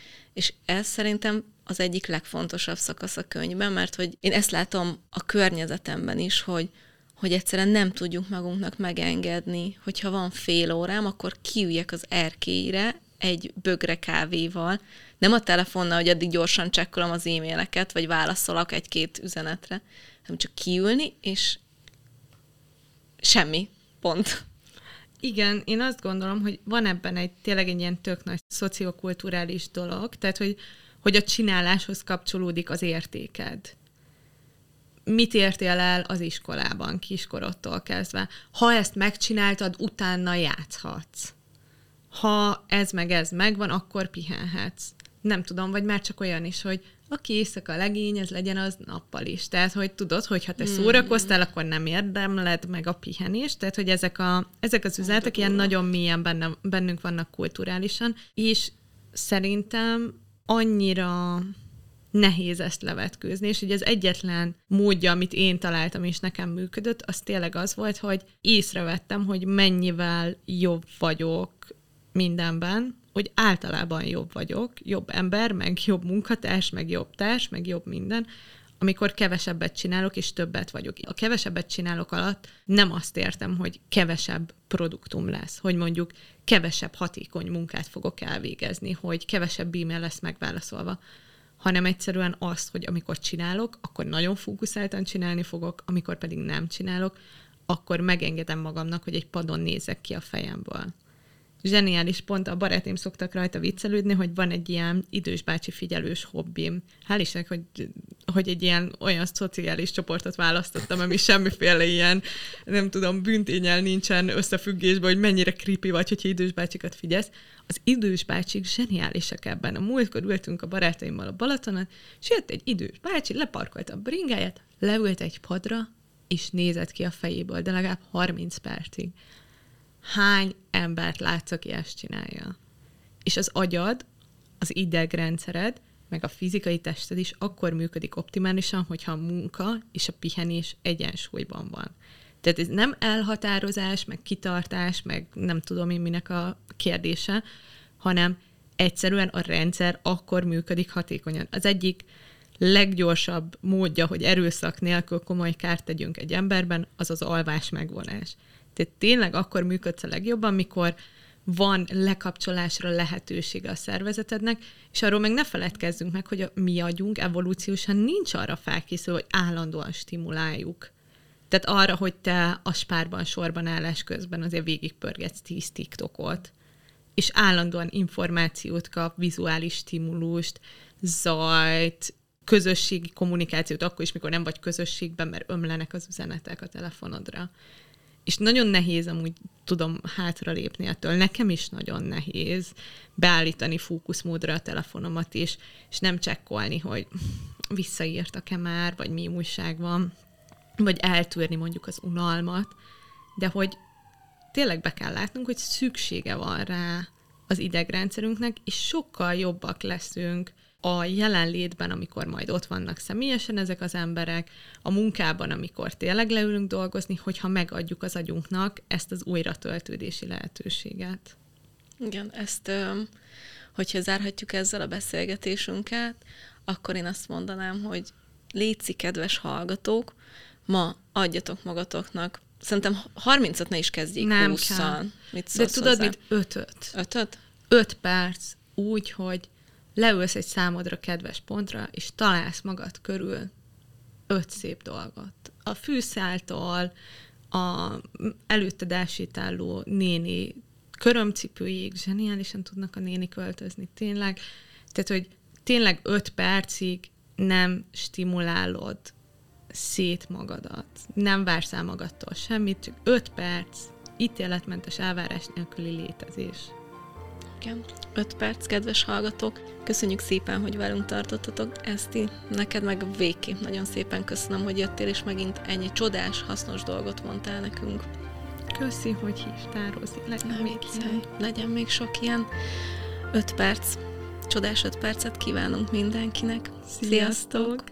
És ez szerintem az egyik legfontosabb szakasz a könyvben, mert hogy én ezt látom a környezetemben is, hogy, hogy egyszerűen nem tudjuk magunknak megengedni, hogyha van fél órám, akkor kiüljek az erkélyre egy bögre kávéval, nem a telefonnal, hogy addig gyorsan csekkolom az e-maileket, vagy válaszolok egy-két üzenetre, hanem csak kiülni, és semmi. Pont. Igen, én azt gondolom, hogy van ebben egy tényleg egy ilyen tök nagy szociokulturális dolog, tehát, hogy, hogy a csináláshoz kapcsolódik az értéked. Mit értél el az iskolában, kiskorodtól kezdve? Ha ezt megcsináltad, utána játszhatsz. Ha ez meg ez megvan, akkor pihenhetsz. Nem tudom, vagy már csak olyan is, hogy aki éjszaka legény, ez legyen az nappal is. Tehát, hogy tudod, hogy ha te szórakoztál, akkor nem érdemled meg a pihenést. Tehát, hogy ezek, a, ezek az üzenetek ilyen nagyon mélyen benne, bennünk vannak kulturálisan, és szerintem annyira nehéz ezt levetkőzni, és ugye az egyetlen módja, amit én találtam, és nekem működött, az tényleg az volt, hogy észrevettem, hogy mennyivel jobb vagyok mindenben, hogy általában jobb vagyok, jobb ember, meg jobb munkatárs, meg jobb társ, meg jobb minden, amikor kevesebbet csinálok, és többet vagyok. A kevesebbet csinálok alatt nem azt értem, hogy kevesebb produktum lesz, hogy mondjuk kevesebb hatékony munkát fogok elvégezni, hogy kevesebb e-mail lesz megválaszolva, hanem egyszerűen azt, hogy amikor csinálok, akkor nagyon fókuszáltan csinálni fogok, amikor pedig nem csinálok, akkor megengedem magamnak, hogy egy padon nézek ki a fejemből. Zseniális, pont a barátaim szoktak rajta viccelődni, hogy van egy ilyen idős bácsi figyelős hobbim. Hál' Istennek, hogy, hogy egy ilyen olyan szociális csoportot választottam, ami semmiféle ilyen, nem tudom, bűntényel nincsen összefüggésben, hogy mennyire creepy vagy, hogyha idős bácsikat figyelsz. Az idős bácsik zseniálisak ebben. A múltkor ültünk a barátaimmal a Balatonon, és jött egy idős bácsi, leparkolta a bringáját, leült egy padra, és nézett ki a fejéből, de legalább harminc percig. Hány embert látsz, aki ezt csinálja? És az agyad, az idegrendszered, meg a fizikai tested is akkor működik optimálisan, hogyha a munka és a pihenés egyensúlyban van. Tehát ez nem elhatározás, meg kitartás, meg nem tudom én minek a kérdése, hanem egyszerűen a rendszer akkor működik hatékonyan. Az egyik leggyorsabb módja, hogy erőszak nélkül komoly kárt tegyünk egy emberben, az az alvás megvonás. Tehát tényleg akkor működsz a legjobban, mikor van lekapcsolásra lehetősége a szervezetednek, és arról meg ne feledkezzünk meg, hogy a mi agyunk evolúciósan nincs arra felkészülve, hogy állandóan stimuláljuk. Tehát arra, hogy te a spárban, sorban állás közben azért végigpörgetsz tíz TikTokot, és állandóan információt kap, vizuális stimulust, zajt, közösségi kommunikációt, akkor is, mikor nem vagy közösségben, mert ömlenek az üzenetek a telefonodra. És nagyon nehéz amúgy, tudom, hátralépni ettől. Nekem is nagyon nehéz beállítani fókuszmódra a telefonomat is, és nem csekkolni, hogy visszaírtak-e már, vagy mi újság van, vagy eltűrni mondjuk az unalmat, de hogy tényleg be kell látnunk, hogy szüksége van rá az idegrendszerünknek, és sokkal jobbak leszünk a jelenlétben, amikor majd ott vannak személyesen ezek az emberek, a munkában, amikor tényleg leülünk dolgozni, hogyha megadjuk az agyunknak ezt az újratöltődési lehetőséget. Igen, ezt, hogyha zárhatjuk ezzel a beszélgetésünket, akkor én azt mondanám, hogy létszik, kedves hallgatók, ma adjatok magatoknak, szerintem harmincat ne is kezdjék, nem húszan. Mit De tudod, hozzá? mit? Ötöt. Ötöt? Öt perc úgy, hogy leülsz egy számodra kedves pontra, és találsz magad körül öt szép dolgot. A fűszáltól, a előtted elsétáló néni körömcipőjéig, zseniálisan tudnak a néni költözni, tényleg. Tehát, hogy tényleg öt percig nem stimulálod szét magadat. Nem vársz el magadtól semmit, csak öt perc ítéletmentes elvárás nélküli létezés. Igen. Öt perc, kedves hallgatók. Köszönjük szépen, hogy velünk tartottatok. Eszti, neked meg végképp nagyon szépen köszönöm, hogy jöttél, és megint ennyi csodás, hasznos dolgot mondtál nekünk. Köszi, hogy hívtál, Rozi. Legyen Nem még ilyen. Legyen még sok ilyen. Öt perc. Csodás öt percet kívánunk mindenkinek. Sziasztok! Sziasztok!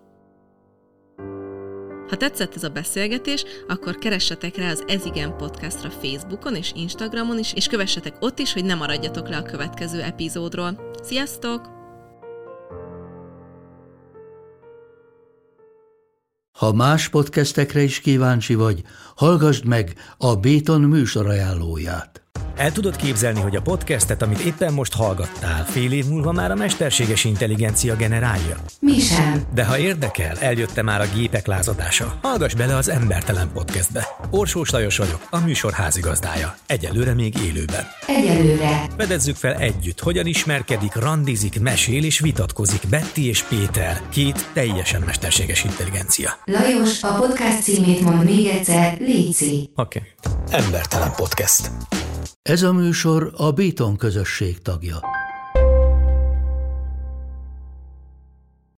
Ha tetszett ez a beszélgetés, akkor keressetek rá az Ez igen podcastra Facebookon és Instagramon is, és kövessetek ott is, hogy ne maradjatok le a következő epizódról. Sziasztok! Ha más podcastekre is kíváncsi vagy, hallgassd meg a Béton műsor ajánlóját. El tudod képzelni, hogy a podcastet, amit éppen most hallgattál, fél év múlva már a mesterséges intelligencia generálja? Mi sem. De ha érdekel, eljötte már a gépek lázadása. Hallgass bele az Embertelen Podcastbe. Orsós Lajos vagyok, a műsor házigazdája. Egyelőre még élőben. Egyelőre. Fedezzük fel együtt, hogyan ismerkedik, randizik, mesél és vitatkozik Betty és Péter, két teljesen mesterséges intelligencia. Lajos, a podcast címét mond még egyszer, léci. Oké. Okay. Embertelen Podcast. Ez a műsor a Béton közösség tagja.